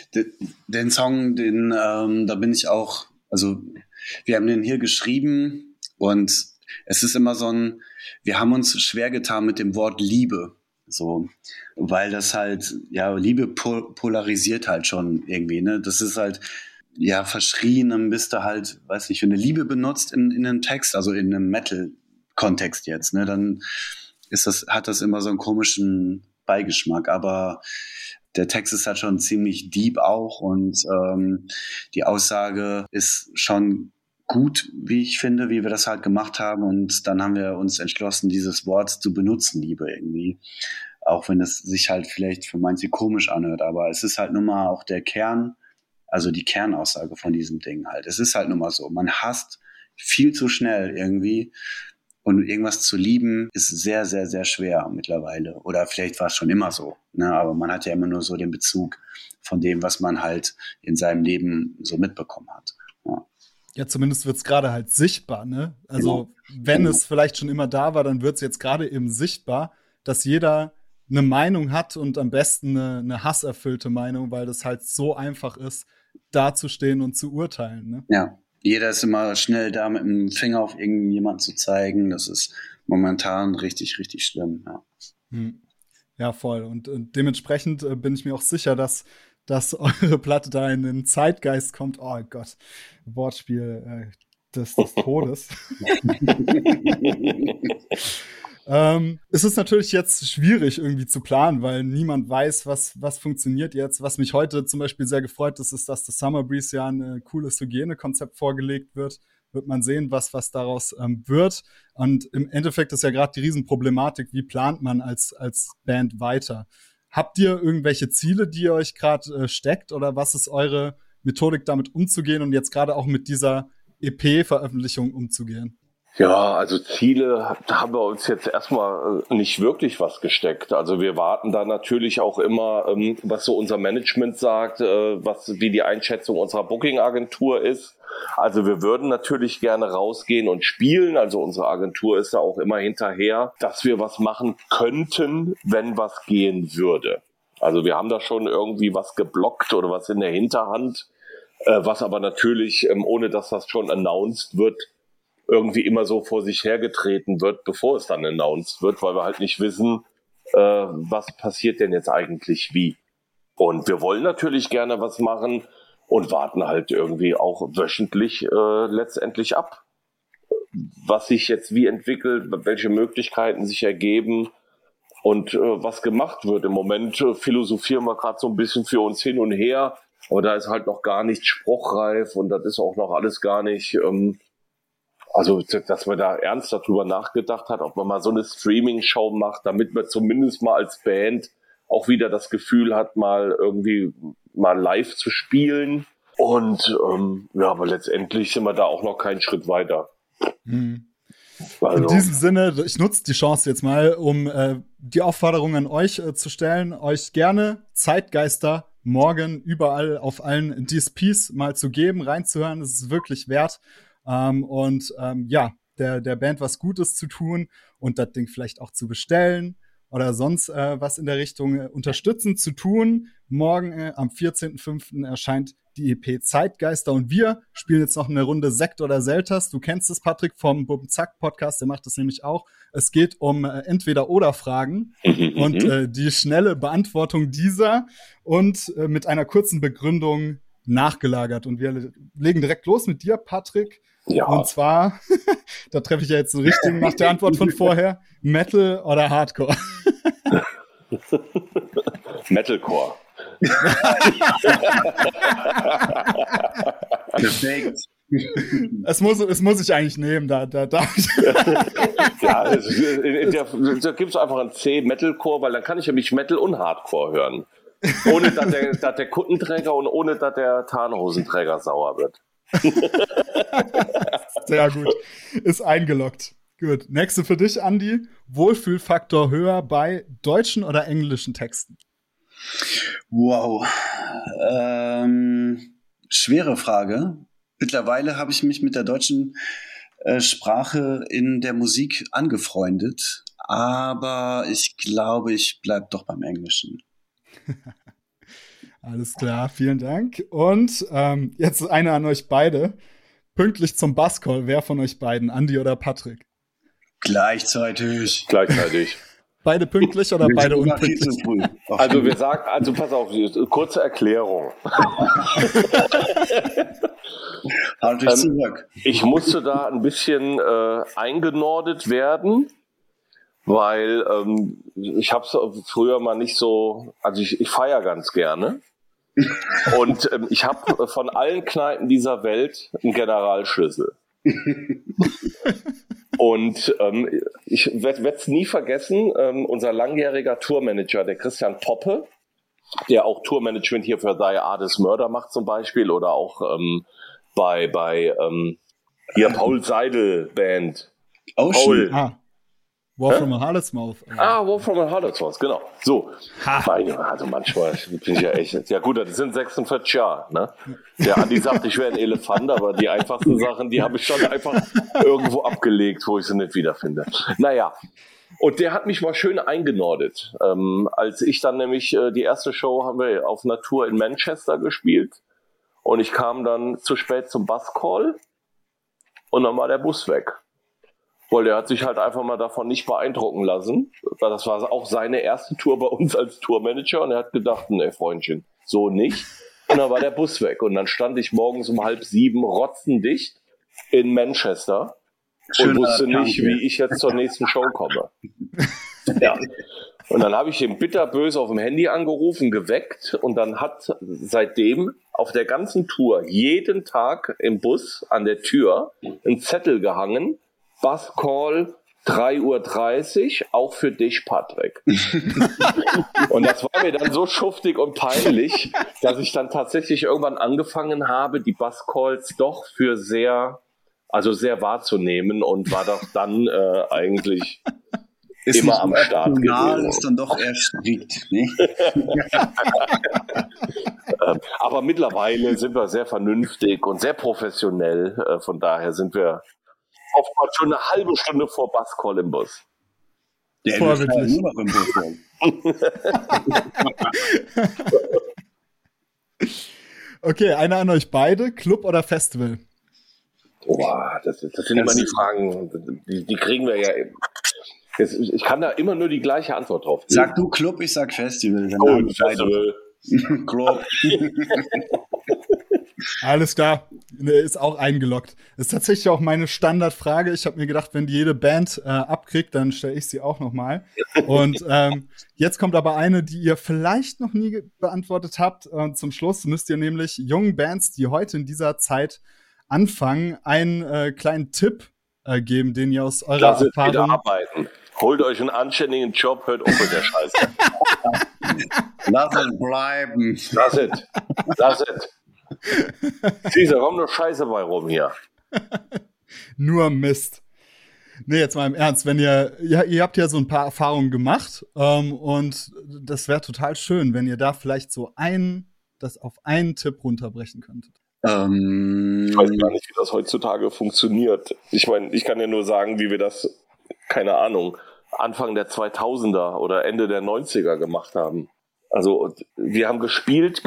den Song, da bin ich auch, also wir haben den hier geschrieben und es ist immer wir haben uns schwer getan mit dem Wort Liebe, so, weil das halt, ja, Liebe polarisiert halt schon irgendwie, ne, das ist halt, ja, verschrien, dann bist du halt, weiß nicht, wenn du Liebe benutzt in einem Text, also in einem Metal-Kontext jetzt, ne, dann hat das immer so einen komischen Beigeschmack, aber der Text ist halt schon ziemlich deep auch und die Aussage ist schon gut, wie ich finde, wie wir das halt gemacht haben und dann haben wir uns entschlossen, dieses Wort zu benutzen, Liebe irgendwie, auch wenn es sich halt vielleicht für manche komisch anhört, aber es ist halt nun mal auch der Kern, also die Kernaussage von diesem Ding halt. Es ist halt nun mal so, man hasst viel zu schnell irgendwie und irgendwas zu lieben ist sehr, sehr, sehr schwer mittlerweile. Oder vielleicht war es schon immer so, ne? Aber man hat ja immer nur so den Bezug von dem, was man halt in seinem Leben so mitbekommen hat. Ja, zumindest wird es gerade halt sichtbar, ne? Also wenn es vielleicht schon immer da war, dann wird es jetzt gerade eben sichtbar, dass jeder eine Meinung hat und am besten eine hasserfüllte Meinung, weil das halt so einfach ist, dazustehen und zu urteilen. Ne? Ja, jeder ist immer schnell da, mit dem Finger auf irgendjemanden zu zeigen. Das ist momentan richtig, richtig schlimm. Ja, ja voll. Und dementsprechend bin ich mir auch sicher, dass eure Platte da in den Zeitgeist kommt. Oh Gott, Wortspiel des Todes. Es ist natürlich jetzt schwierig irgendwie zu planen, weil niemand weiß, was funktioniert jetzt. Was mich heute zum Beispiel sehr gefreut ist, dass das Summer Breeze ja ein cooles Hygienekonzept vorgelegt wird. Wird man sehen, was daraus wird. Und im Endeffekt ist ja gerade die Riesenproblematik, wie plant man als Band weiter? Habt ihr irgendwelche Ziele, die ihr euch gerade steckt? Oder was ist eure Methodik, damit umzugehen und jetzt gerade auch mit dieser EP-Veröffentlichung umzugehen? Ja, also Ziele, da haben wir uns jetzt erstmal nicht wirklich was gesteckt. Also wir warten da natürlich auch immer, was so unser Management sagt, wie die Einschätzung unserer Booking-Agentur ist. Also wir würden natürlich gerne rausgehen und spielen. Also unsere Agentur ist da auch immer hinterher, dass wir was machen könnten, wenn was gehen würde. Also wir haben da schon irgendwie was geblockt oder was in der Hinterhand, was aber natürlich, ohne dass das schon announced wird, irgendwie immer so vor sich hergetreten wird, bevor es dann announced wird, weil wir halt nicht wissen, was passiert denn jetzt eigentlich wie. Und wir wollen natürlich gerne was machen und warten halt irgendwie auch wöchentlich letztendlich ab, was sich jetzt wie entwickelt, welche Möglichkeiten sich ergeben und was gemacht wird. Im Moment philosophieren wir gerade so ein bisschen für uns hin und her, aber da ist halt noch gar nichts spruchreif und das ist auch noch alles gar nicht... Also, dass man da ernst darüber nachgedacht hat, ob man mal so eine Streaming-Show macht, damit man zumindest mal als Band auch wieder das Gefühl hat, mal irgendwie mal live zu spielen. Und ja, aber letztendlich sind wir da auch noch keinen Schritt weiter. Also. In diesem Sinne, ich nutze die Chance jetzt mal, um die Aufforderung an euch zu stellen, euch gerne Zeitgeister morgen überall auf allen DSPs mal zu geben, reinzuhören. Das ist wirklich wert. Der Band was Gutes zu tun und das Ding vielleicht auch zu bestellen oder sonst was in der Richtung unterstützend zu tun. Morgen am 14.05. erscheint die EP Zeitgeister und wir spielen jetzt noch eine Runde Sekt oder Selters. Du kennst es, Patrick, vom Bum-Zack-Podcast, der macht das nämlich auch. Es geht um Entweder-oder-Fragen und die schnelle Beantwortung dieser und mit einer kurzen Begründung nachgelagert. Und wir legen direkt los mit dir, Patrick. Ja. Und zwar, da treffe ich ja jetzt einen richtigen nach der Antwort von vorher, Metal oder Hardcore? Metalcore. Perfekt. Es muss ich eigentlich nehmen, da. Ja, da gibt es einfach ein C, Metalcore, weil dann kann ich nämlich Metal und Hardcore hören. Ohne dass der Kuttenträger und ohne dass der Tarnhosenträger sauer wird. Sehr gut. Ist eingeloggt. Gut. Nächste für dich, Andi. Wohlfühlfaktor höher bei deutschen oder englischen Texten? Wow. Schwere Frage. Mittlerweile habe ich mich mit der deutschen Sprache in der Musik angefreundet. Aber ich glaube, ich bleibe doch beim Englischen. Alles klar, vielen Dank. Und jetzt eine an euch beide. Pünktlich zum Buzzcall. Wer von euch beiden, Andi oder Patrick? Gleichzeitig. Beide pünktlich oder beide unpünktlich? Also pass auf, kurze Erklärung. Halt dich zurück. Ich musste da ein bisschen eingenordet werden, weil ich habe es früher mal nicht so, also ich feiere ganz gerne. Und ich habe von allen Kneipen dieser Welt einen Generalschlüssel. Und ich werde es nie vergessen, unser langjähriger Tourmanager, der Christian Poppe, der auch Tourmanagement hier für Thy Art is Murder macht zum Beispiel oder auch bei hier Paul Seidel Band. Paul. War from a Harlot's Mouth. War from a Harlot's Mouth, genau. So. Also manchmal bin ich ja echt. Ja gut, das sind 46 Jahre, ne? Der Andi sagt, ich wäre ein Elefant, aber die einfachsten Sachen, die habe ich schon einfach irgendwo abgelegt, wo ich sie nicht wiederfinde. Naja. Und der hat mich mal schön eingenordet. Als ich dann nämlich, die erste Show haben wir auf einer Tour in Manchester gespielt und ich kam dann zu spät zum Buzzcall und dann war der Bus weg. Weil der hat sich halt einfach mal davon nicht beeindrucken lassen. Das war auch seine erste Tour bei uns als Tourmanager und er hat gedacht, ne Freundchen, so nicht. Und dann war der Bus weg und dann stand ich morgens um 6:30 rotzendicht in Manchester und wusste nicht, wie ich jetzt zur nächsten Show komme. Ja. Und dann habe ich ihn bitterböse auf dem Handy angerufen, geweckt und dann hat seitdem auf der ganzen Tour jeden Tag im Bus an der Tür ein Zettel gehangen, Buzzcall 3:30 Uhr, auch für dich, Patrick. Und das war mir dann so schuftig und peinlich, dass ich dann tatsächlich irgendwann angefangen habe, die Buzzcalls doch für sehr wahrzunehmen und war doch dann eigentlich immer am Start gewesen. Ist dann doch eher strikt, ne? Aber mittlerweile sind wir sehr vernünftig und sehr professionell. Von daher sind wir oftmals schon eine halbe Stunde vor Buzzcall im Bus. Der Vorbildlich. Nur noch im Bus. Okay, einer an euch beide. Club oder Festival? Boah, das sind immer die Fragen, die kriegen wir ja. Ich kann da immer nur die gleiche Antwort drauf geben. Sag du Club, ich sag Festival. Festival. Club. Alles klar, ist auch eingeloggt. Ist tatsächlich auch meine Standardfrage. Ich habe mir gedacht, wenn die jede Band abkriegt, dann stelle ich sie auch noch mal. Und jetzt kommt aber eine, die ihr vielleicht noch nie beantwortet habt. Zum Schluss müsst ihr nämlich jungen Bands, die heute in dieser Zeit anfangen, einen kleinen Tipp geben, den ihr aus eurer Erfahrung... Wieder arbeiten. Holt euch einen anständigen Job, hört auf mit der Scheiße. Lass es bleiben. Lass es. Caesar, komm nur Scheiße bei rum hier. Nur Mist. Nee, jetzt mal im Ernst, wenn ihr habt ja so ein paar Erfahrungen gemacht, und das wäre total schön, wenn ihr da vielleicht das auf einen Tipp runterbrechen könntet. Ich weiß gar nicht, wie das heutzutage funktioniert. Ich meine, ich kann ja nur sagen, wie wir das, keine Ahnung, Anfang der 2000er oder Ende der 90er gemacht haben. Also wir haben gespielt.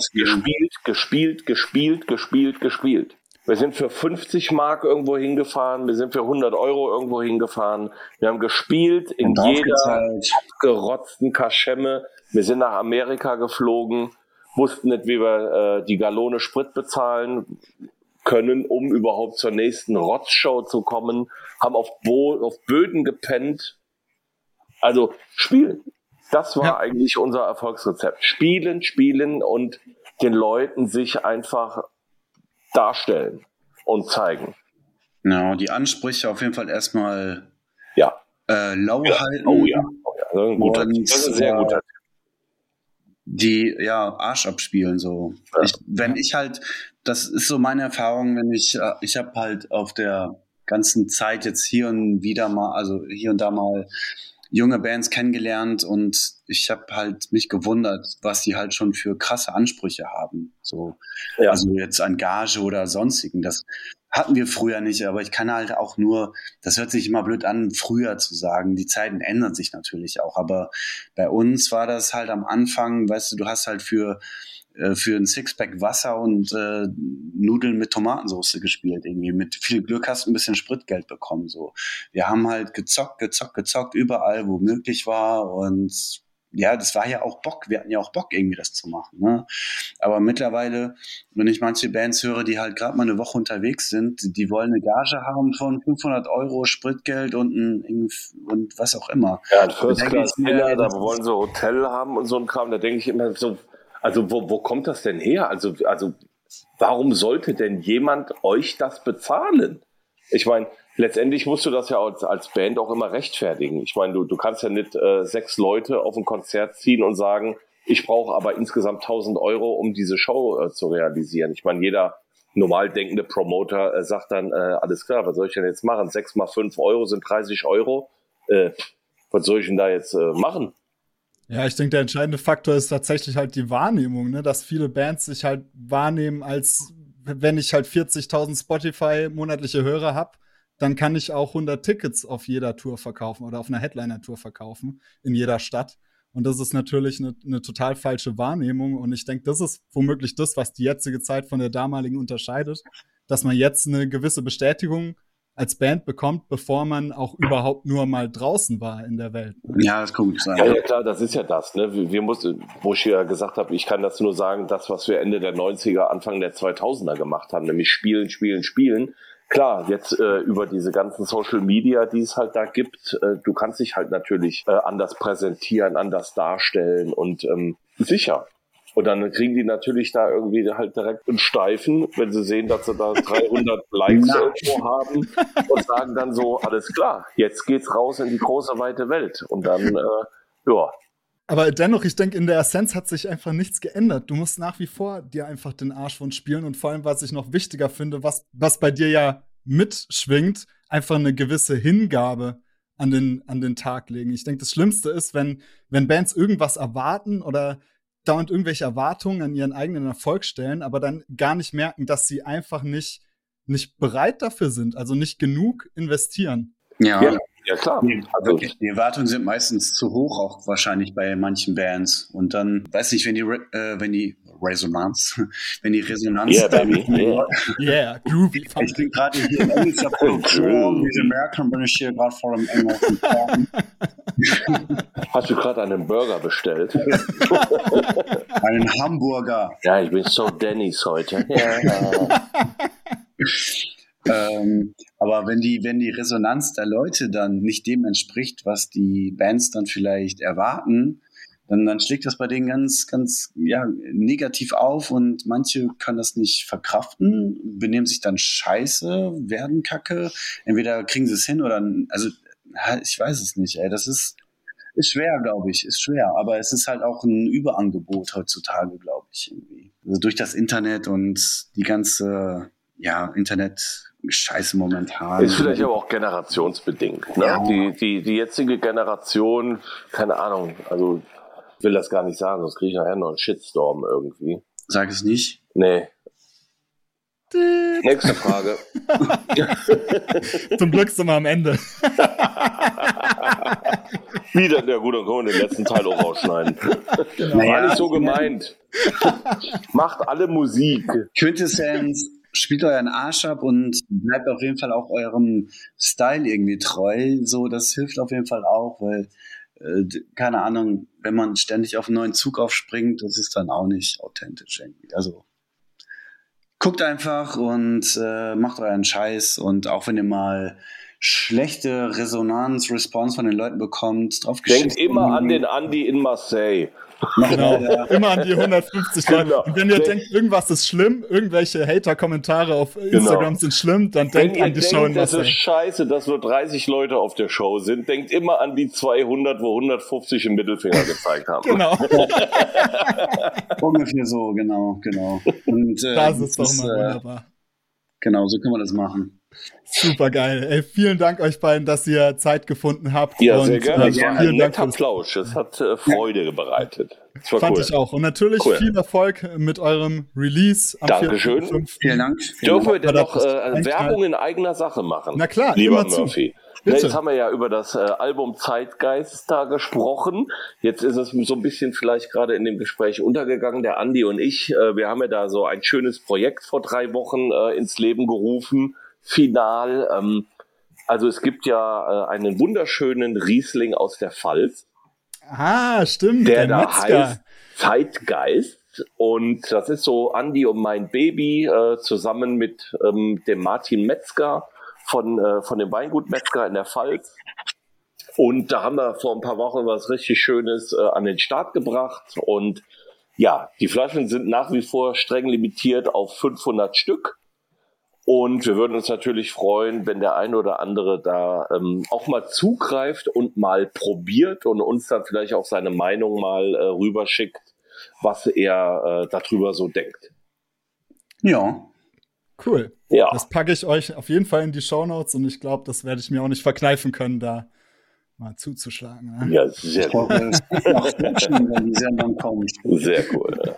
Wir sind für 50 Mark irgendwo hingefahren, wir sind für 100 Euro irgendwo hingefahren. Wir haben gespielt in jeder abgerotzten Kaschemme. Wir sind nach Amerika geflogen, wussten nicht, wie wir die Gallone Sprit bezahlen können, um überhaupt zur nächsten Rotzshow zu kommen, haben auf Böden gepennt. Also spielen. Das war eigentlich unser Erfolgsrezept. Spielen und den Leuten sich einfach darstellen und zeigen. Ja, die Ansprüche auf jeden Fall erstmal lau halten. Oh ja. Das ist ein sehr guter Tipp. Die Arsch abspielen so. Ja. Das ist so meine Erfahrung, wenn ich habe halt auf der ganzen Zeit jetzt hier und da mal junge Bands kennengelernt und ich habe halt mich gewundert, was die halt schon für krasse Ansprüche haben. So, also jetzt an Gage oder sonstigen. Das hatten wir früher nicht, aber ich kann halt auch nur, das hört sich immer blöd an, früher zu sagen. Die Zeiten ändern sich natürlich auch, aber bei uns war das halt am Anfang, weißt du hast halt für ein Sixpack Wasser und Nudeln mit Tomatensauce gespielt irgendwie. Mit viel Glück hast du ein bisschen Spritgeld bekommen. So, wir haben halt gezockt überall, wo möglich war und ja, das war ja auch Bock. Wir hatten ja auch Bock irgendwie das zu machen. Ne? Aber mittlerweile, wenn ich manche Bands höre, die halt gerade mal eine Woche unterwegs sind, die wollen eine Gage haben von 500 Euro Spritgeld und was auch immer. Ja, ein First-Class-Villa, da wollen sie Hotel haben und so ein Kram. Da denke ich immer so, also wo kommt das denn her? Also warum sollte denn jemand euch das bezahlen? Ich meine, letztendlich musst du das ja als Band auch immer rechtfertigen. Ich meine, du kannst ja nicht 6 Leute auf ein Konzert ziehen und sagen, ich brauche aber insgesamt 1.000 Euro, um diese Show zu realisieren. Ich meine, jeder normal denkende Promoter sagt dann, alles klar, was soll ich denn jetzt machen? 6 mal 5 Euro sind 30 Euro. Was soll ich denn da jetzt machen? Ja, ich denke, der entscheidende Faktor ist tatsächlich halt die Wahrnehmung, ne? Dass viele Bands sich halt wahrnehmen, als wenn ich halt 40.000 Spotify monatliche Hörer habe, dann kann ich auch 100 Tickets auf jeder Tour verkaufen oder auf einer Headliner-Tour verkaufen in jeder Stadt. Und das ist natürlich eine total falsche Wahrnehmung. Und ich denke, das ist womöglich das, was die jetzige Zeit von der damaligen unterscheidet, dass man jetzt eine gewisse Bestätigung als Band bekommt, bevor man auch überhaupt nur mal draußen war in der Welt. Ne? Ja, das kann gut sein. Ja, klar, das ist ja das. Ne? Wo ich ja gesagt habe, ich kann das nur sagen, das, was wir Ende der 90er, Anfang der 2000er gemacht haben, nämlich spielen. Klar, jetzt über diese ganzen Social Media, die es halt da gibt, du kannst dich halt natürlich anders präsentieren, anders darstellen und sicher. Und dann kriegen die natürlich da irgendwie halt direkt einen Steifen, wenn sie sehen, dass sie da 300 Likes irgendwo haben und sagen dann so, alles klar, jetzt geht's raus in die große, weite Welt. Und dann, Aber dennoch, ich denke, in der Essenz hat sich einfach nichts geändert. Du musst nach wie vor dir einfach den Arschwund spielen und vor allem, was ich noch wichtiger finde, was bei dir ja mitschwingt, einfach eine gewisse Hingabe an den Tag legen. Ich denke, das Schlimmste ist, wenn Bands irgendwas erwarten oder dauernd irgendwelche Erwartungen an ihren eigenen Erfolg stellen, aber dann gar nicht merken, dass sie einfach nicht bereit dafür sind, also nicht genug investieren. Ja, klar. Die Erwartungen sind meistens zu hoch, auch wahrscheinlich bei manchen Bands. Und dann, weiß nicht, wenn die Resonanz. Yeah, baby. Yeah, groovy. Ich bin gerade hier in englischer Produktion. Diese Merkel bin ich hier gerade vor dem englischen Faden. Hast du gerade einen Burger bestellt? Einen Hamburger. Ja, ich bin so Dennis heute. Ja. Aber wenn die Resonanz der Leute dann nicht dem entspricht, was die Bands dann vielleicht erwarten, dann schlägt das bei denen ganz, ganz negativ auf und manche können das nicht verkraften, benehmen sich dann scheiße, werden kacke. Entweder kriegen sie es hin oder, also ich weiß es nicht, ey. Das ist schwer, glaube ich, ist schwer. Aber es ist halt auch ein Überangebot heutzutage, glaube ich, irgendwie. Also durch das Internet und die ganze Internet scheiße momentan. Ist vielleicht aber auch generationsbedingt. Ne? Ja. Die jetzige Generation, keine Ahnung, also ich will das gar nicht sagen, sonst kriege ich nachher noch einen Shitstorm irgendwie. Sag es nicht. Nee. Nächste Frage. Zum Glück sind wir am Ende. Wieder, ja gut, dann können wir den letzten Teil auch rausschneiden. Genau. War nicht so gemeint. Macht alle Musik. Quintessenz, spielt euren Arsch ab und bleibt auf jeden Fall auch eurem Style irgendwie treu. So, das hilft auf jeden Fall auch, weil, keine Ahnung, wenn man ständig auf einen neuen Zug aufspringt, das ist dann auch nicht authentisch irgendwie. Also guckt einfach und macht euren Scheiß, und auch wenn ihr mal schlechte Resonanz-Response von den Leuten bekommt, drauf Denkt immer an den Andi in Marseille. Genau, immer an die 150 Leute. Genau. Und wenn ihr denkt, irgendwas ist schlimm, irgendwelche Hater-Kommentare auf Instagram sind schlimm, dann denkt an die Show in Marseille. Das ist scheiße, dass nur 30 Leute auf der Show sind. Denkt immer an die 200, wo 150 im Mittelfinger gezeigt haben. Genau. Ungefähr so, genau. Und, das ist doch mal wunderbar. Genau, so können wir das machen. Super geil. Ey, vielen Dank euch beiden, dass ihr Zeit gefunden habt. Ja, sehr gerne. Das war ein netter Plausch. Das hat Freude bereitet. Das war Fand ich auch. Und natürlich viel Erfolg mit eurem Release am Dankeschön. 4.5. Vielen Dank. Dürfen wir denn noch Werbung in eigener Sache machen? Na klar, lieber Murphy. Jetzt haben wir ja über das Album Zeitgeist da gesprochen. Jetzt ist es so ein bisschen vielleicht gerade in dem Gespräch untergegangen. Der Andi und ich, wir haben ja da so ein schönes Projekt vor 3 Wochen ins Leben gerufen. Final. Also es gibt ja einen wunderschönen Riesling aus der Pfalz. Ah, stimmt. Der da heißt Zeitgeist. Und das ist so Andi und mein Baby zusammen mit dem Martin Metzger von dem Weingut Metzger in der Pfalz. Und da haben wir vor ein paar Wochen was richtig Schönes an den Start gebracht. Und ja, die Flaschen sind nach wie vor streng limitiert auf 500 Stück. Und wir würden uns natürlich freuen, wenn der eine oder andere da auch mal zugreift und mal probiert und uns dann vielleicht auch seine Meinung mal rüberschickt, was er darüber so denkt. Ja. Cool. Ja. Das packe ich euch auf jeden Fall in die Shownotes, und ich glaube, das werde ich mir auch nicht verkneifen können, da mal zuzuschlagen. Ne? Ja, sehr cool. Sehr cool. Ja.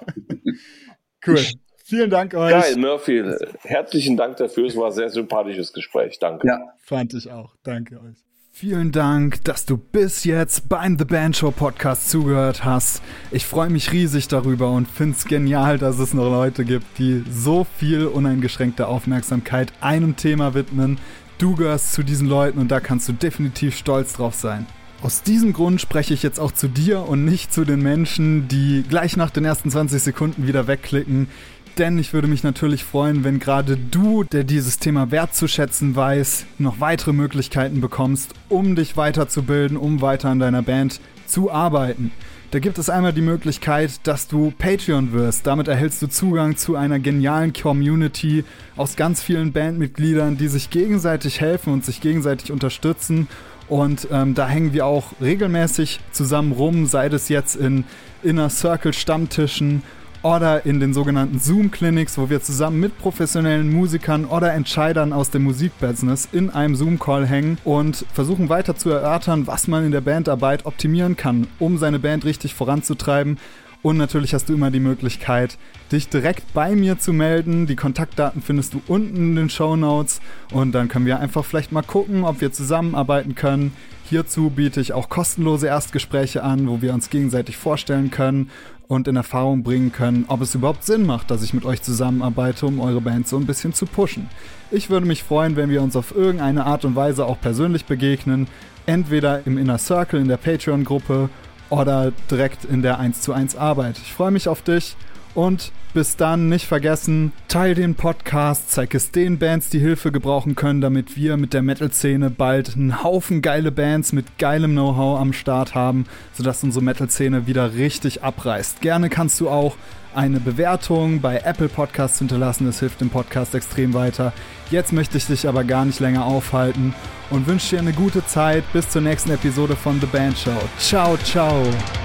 Cool. Vielen Dank euch. Geil, Murphy. Herzlichen Dank dafür. Es war ein sehr sympathisches Gespräch. Danke. Ja, fand ich auch. Danke euch. Vielen Dank, dass du bis jetzt beim The Band Show Podcast zugehört hast. Ich freue mich riesig darüber und finde es genial, dass es noch Leute gibt, die so viel uneingeschränkte Aufmerksamkeit einem Thema widmen. Du gehörst zu diesen Leuten, und da kannst du definitiv stolz drauf sein. Aus diesem Grund spreche ich jetzt auch zu dir und nicht zu den Menschen, die gleich nach den ersten 20 Sekunden wieder wegklicken. Denn ich würde mich natürlich freuen, wenn gerade du, der dieses Thema wertzuschätzen weiß, noch weitere Möglichkeiten bekommst, um dich weiterzubilden, um weiter an deiner Band zu arbeiten. Da gibt es einmal die Möglichkeit, dass du Patreon wirst. Damit erhältst du Zugang zu einer genialen Community aus ganz vielen Bandmitgliedern, die sich gegenseitig helfen und sich gegenseitig unterstützen. Und da hängen wir auch regelmäßig zusammen rum, sei es jetzt in Inner Circle Stammtischen oder in den sogenannten Zoom-Clinics, wo wir zusammen mit professionellen Musikern oder Entscheidern aus dem Musikbusiness in einem Zoom-Call hängen und versuchen weiter zu erörtern, was man in der Bandarbeit optimieren kann, um seine Band richtig voranzutreiben. Und natürlich hast du immer die Möglichkeit, dich direkt bei mir zu melden. Die Kontaktdaten findest du unten in den Shownotes, und dann können wir einfach vielleicht mal gucken, ob wir zusammenarbeiten können. Hierzu biete ich auch kostenlose Erstgespräche an, wo wir uns gegenseitig vorstellen können und in Erfahrung bringen können, ob es überhaupt Sinn macht, dass ich mit euch zusammenarbeite, um eure Band so ein bisschen zu pushen. Ich würde mich freuen, wenn wir uns auf irgendeine Art und Weise auch persönlich begegnen, entweder im Inner Circle, in der Patreon-Gruppe oder direkt in der 1:1 Arbeit. Ich freue mich auf dich, und bis dann nicht vergessen, teil den Podcast, zeig es den Bands, die Hilfe gebrauchen können, damit wir mit der Metal-Szene bald einen Haufen geile Bands mit geilem Know-how am Start haben, sodass unsere Metal-Szene wieder richtig abreißt. Gerne kannst du auch eine Bewertung bei Apple Podcasts hinterlassen, das hilft dem Podcast extrem weiter. Jetzt möchte ich dich aber gar nicht länger aufhalten und wünsche dir eine gute Zeit. Bis zur nächsten Episode von The Band Show. Ciao, ciao.